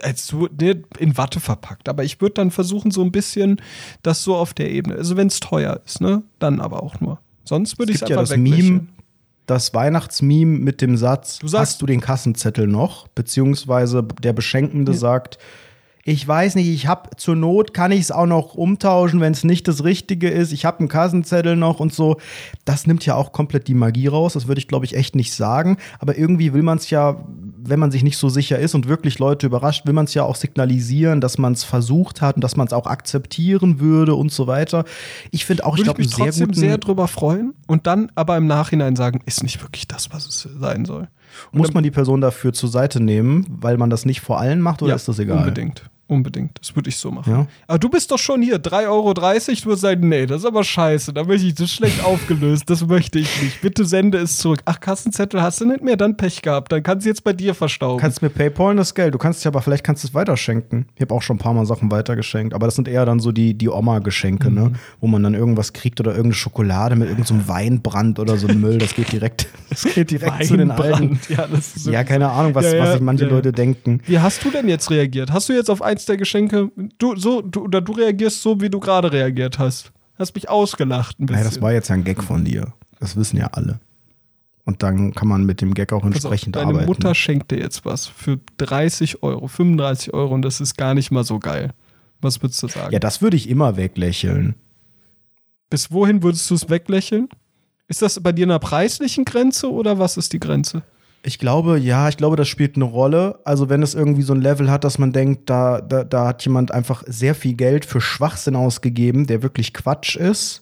in Watte verpackt. Aber ich würde dann versuchen, so ein bisschen das so auf der Ebene. Also wenn es teuer ist, ne, dann aber auch nur. Sonst würde ich es einfach weglächeln.
Das Weihnachtsmeme mit dem Satz, hast du den Kassenzettel noch? Beziehungsweise der Beschenkende sagt, ich weiß nicht, zur Not kann ich es auch noch umtauschen, wenn es nicht das Richtige ist. Ich habe einen Kassenzettel noch und so. Das nimmt ja auch komplett die Magie raus. Das würde ich, glaube ich, echt nicht sagen. Aber irgendwie will man es ja, wenn man sich nicht so sicher ist und wirklich Leute überrascht, will man es ja auch signalisieren, dass man es versucht hat und dass man es auch akzeptieren würde und so weiter. Ich finde auch, ich glaube,
mich trotzdem sehr drüber freuen und dann aber im Nachhinein sagen, ist nicht wirklich das, was es sein soll. Und
muss man die Person dafür zur Seite nehmen, weil man das nicht vor allen macht, oder ist das egal?
Unbedingt. Das würde ich so machen.
Ja?
Aber du bist doch schon hier, 3,30 Euro. Du würdest sagen, nee, das ist aber scheiße. Da möchte ich das schlecht aufgelöst. Das möchte ich nicht. Bitte sende es zurück. Ach, Kassenzettel hast du nicht mehr, dann Pech gehabt. Dann kannst du jetzt bei dir verstauben.
Kannst mir PayPalen das Geld. Du kannst ja, aber vielleicht kannst du es weiterschenken. Ich habe auch schon ein paar Mal Sachen weitergeschenkt. Aber das sind eher dann so die Oma-Geschenke, ne? Wo man dann irgendwas kriegt oder irgendeine Schokolade mit irgendeinem Weinbrand oder so ein Müll. Das geht direkt zu den Alten. Ja, keine Ahnung, was sich manche Leute denken.
Wie hast du denn jetzt reagiert? Hast du jetzt auf eins der Geschenke, du reagierst so, wie du gerade reagiert hast? Hast mich ausgelacht ein bisschen.
Ja, das war jetzt ja ein Gag von dir. Das wissen ja alle. Und dann kann man mit dem Gag auch entsprechend arbeiten.
Deine Mutter schenkt dir jetzt was für 30 Euro, 35 Euro und das ist gar nicht mal so geil. Was würdest du sagen?
Ja, das würde ich immer weglächeln.
Bis wohin würdest du es weglächeln? Ist das bei dir einer preislichen Grenze oder was ist die Grenze?
Ich glaube, das spielt eine Rolle. Also wenn es irgendwie so ein Level hat, dass man denkt, da hat jemand einfach sehr viel Geld für Schwachsinn ausgegeben, der wirklich Quatsch ist.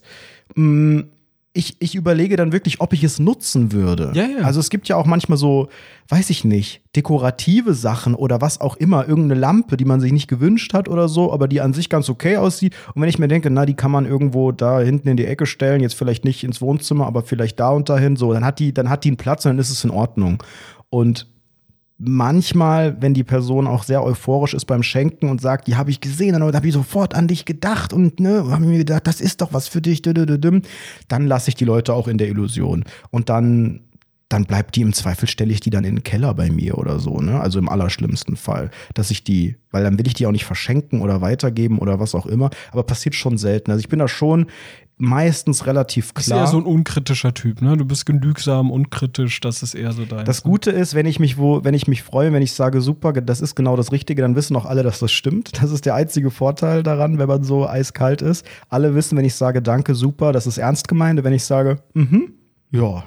Ich überlege dann wirklich, ob ich es nutzen würde.
Ja.
Also es gibt ja auch manchmal so, weiß ich nicht, dekorative Sachen oder was auch immer, irgendeine Lampe, die man sich nicht gewünscht hat oder so, aber die an sich ganz okay aussieht. Und wenn ich mir denke, die kann man irgendwo da hinten in die Ecke stellen, jetzt vielleicht nicht ins Wohnzimmer, aber vielleicht da und dahin, so, dann hat die einen Platz und dann ist es in Ordnung. Und manchmal, wenn die Person auch sehr euphorisch ist beim Schenken und sagt, die habe ich gesehen, dann habe ich sofort an dich gedacht und habe mir gedacht, das ist doch was für dich, dann lasse ich die Leute auch in der Illusion. Und dann bleibt die im Zweifel, stelle ich die dann in den Keller bei mir oder so, ne? Also im allerschlimmsten Fall, weil dann will ich die auch nicht verschenken oder weitergeben oder was auch immer, aber passiert schon selten. Also ich bin da schon meistens relativ klar.
Du bist eher so ein unkritischer Typ, ne? Du bist genügsam, unkritisch, das ist eher so dein.
Das Gute ist, wenn ich mich freue, wenn ich sage, super, das ist genau das Richtige, dann wissen auch alle, dass das stimmt. Das ist der einzige Vorteil daran, wenn man so eiskalt ist. Alle wissen, wenn ich sage, danke, super, das ist ernst gemeint. Wenn ich sage, ja,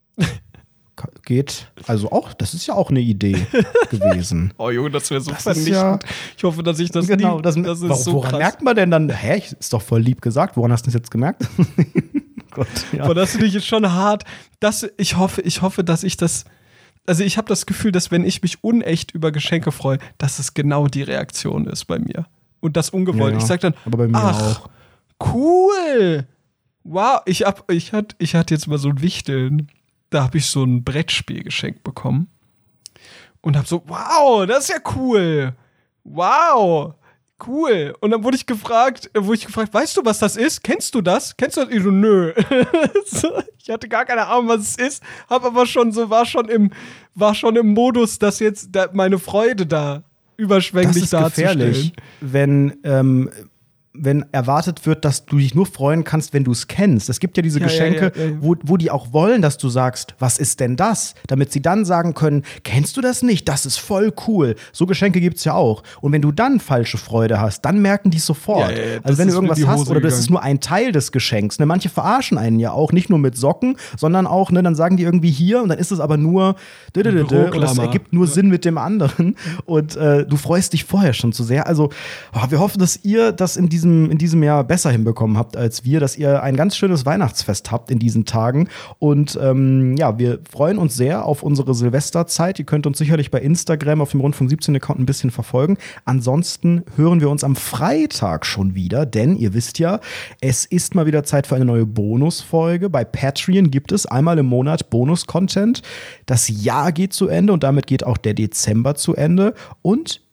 geht. Also auch, das ist ja auch eine Idee gewesen.
Oh Junge, das wäre so vernichtend. Ich hoffe, dass ich das
genau, das ist so woran krass. Merkt man denn dann, ist doch voll lieb gesagt, woran hast du das jetzt gemerkt? Gott, ja.
Aber das finde ich jetzt schon hart. Ich hoffe, dass ich das. Also ich habe das Gefühl, dass wenn ich mich unecht über Geschenke freue, dass es genau die Reaktion ist bei mir. Und das ungewollt.
Ja,
ich sag dann,
aber bei mir auch.
Cool. Wow, ich hatte jetzt mal so ein Wichteln. Da habe ich so ein Brettspiel geschenkt bekommen und habe so, wow, das ist ja cool. Wow, cool. Und dann wurde ich gefragt, weißt du, was das ist? Kennst du das? Ich so, nö. Ich hatte gar keine Ahnung, was es ist, habe aber war schon im Modus, dass jetzt meine Freude da überschwänglich darzustellen.
Das ist gefährlich, wenn erwartet wird, dass du dich nur freuen kannst, wenn du es kennst. Es gibt ja diese Geschenke, wo die auch wollen, dass du sagst, was ist denn das? Damit sie dann sagen können, kennst du das nicht? Das ist voll cool. So Geschenke gibt's ja auch. Und wenn du dann falsche Freude hast, dann merken die es sofort. Also wenn du irgendwas hast oder das ist nur ein Teil des Geschenks. Ne? Manche verarschen einen ja auch, nicht nur mit Socken, sondern auch, ne, dann sagen die irgendwie hier und dann ist es aber nur und das ergibt nur Sinn mit dem anderen. Und du freust dich vorher schon zu sehr. Also wir hoffen, dass ihr das in diesem Jahr besser hinbekommen habt als wir, dass ihr ein ganz schönes Weihnachtsfest habt in diesen Tagen. Und wir freuen uns sehr auf unsere Silvesterzeit. Ihr könnt uns sicherlich bei Instagram auf dem Rundfunk 17 Account ein bisschen verfolgen. Ansonsten hören wir uns am Freitag schon wieder, denn ihr wisst ja, es ist mal wieder Zeit für eine neue Bonusfolge. Bei Patreon gibt es einmal im Monat Bonus-Content. Das Jahr geht zu Ende und damit geht auch der Dezember zu Ende. Und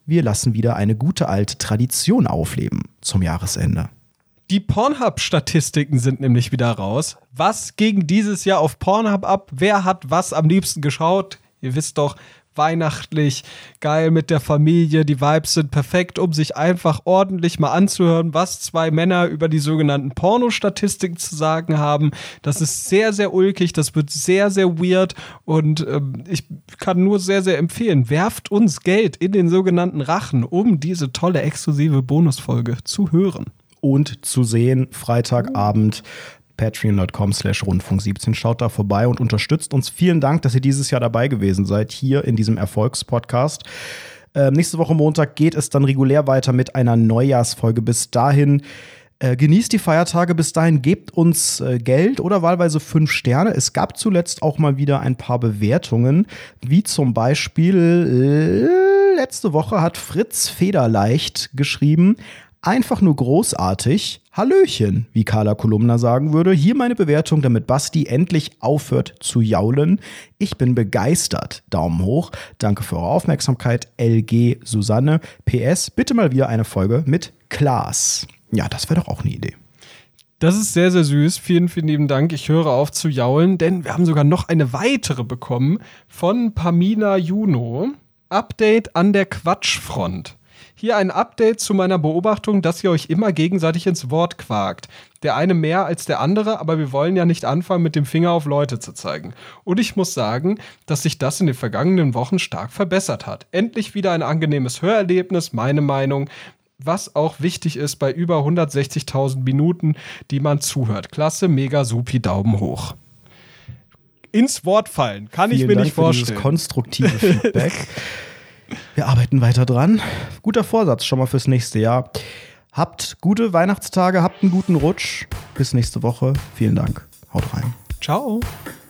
wir lassen wieder eine gute alte Tradition aufleben zum Jahresende.
Die Pornhub-Statistiken sind nämlich wieder raus. Was ging dieses Jahr auf Pornhub ab? Wer hat was am liebsten geschaut? Ihr wisst doch, weihnachtlich, geil mit der Familie, die Vibes sind perfekt, um sich einfach ordentlich mal anzuhören, was zwei Männer über die sogenannten Pornostatistiken zu sagen haben. Das ist sehr, sehr ulkig, das wird sehr, sehr weird und ich kann nur sehr, sehr empfehlen, werft uns Geld in den sogenannten Rachen, um diese tolle exklusive Bonusfolge zu hören.
Und zu sehen, Freitagabend, patreon.com/rundfunk17. Schaut da vorbei und unterstützt uns. Vielen Dank, dass ihr dieses Jahr dabei gewesen seid, hier in diesem Erfolgspodcast. Nächste Woche Montag geht es dann regulär weiter mit einer Neujahrsfolge. Bis dahin genießt die Feiertage. Bis dahin gebt uns Geld oder wahlweise 5 Sterne. Es gab zuletzt auch mal wieder ein paar Bewertungen, wie zum Beispiel letzte Woche hat Fritz Federleicht geschrieben: Einfach nur großartig. Hallöchen, wie Carla Kolumna sagen würde. Hier meine Bewertung, damit Basti endlich aufhört zu jaulen. Ich bin begeistert. Daumen hoch. Danke für eure Aufmerksamkeit. LG Susanne. PS, bitte mal wieder eine Folge mit Klaas. Ja, das wäre doch auch eine Idee.
Das ist sehr, sehr süß. Vielen, vielen lieben Dank. Ich höre auf zu jaulen, denn wir haben sogar noch eine weitere bekommen von Pamina Juno. Update an der Quatschfront. Hier ein Update zu meiner Beobachtung, dass ihr euch immer gegenseitig ins Wort quakt. Der eine mehr als der andere, aber wir wollen ja nicht anfangen, mit dem Finger auf Leute zu zeigen. Und ich muss sagen, dass sich das in den vergangenen Wochen stark verbessert hat. Endlich wieder ein angenehmes Hörerlebnis, meine Meinung, was auch wichtig ist bei über 160.000 Minuten, die man zuhört. Klasse, mega, supi, Daumen hoch. Ins Wort fallen, kann ich mir nicht vorstellen.
Für dieses konstruktive Feedback. Wir arbeiten weiter dran. Guter Vorsatz schon mal fürs nächste Jahr. Habt gute Weihnachtstage, habt einen guten Rutsch. Bis nächste Woche. Vielen Dank. Haut rein.
Ciao.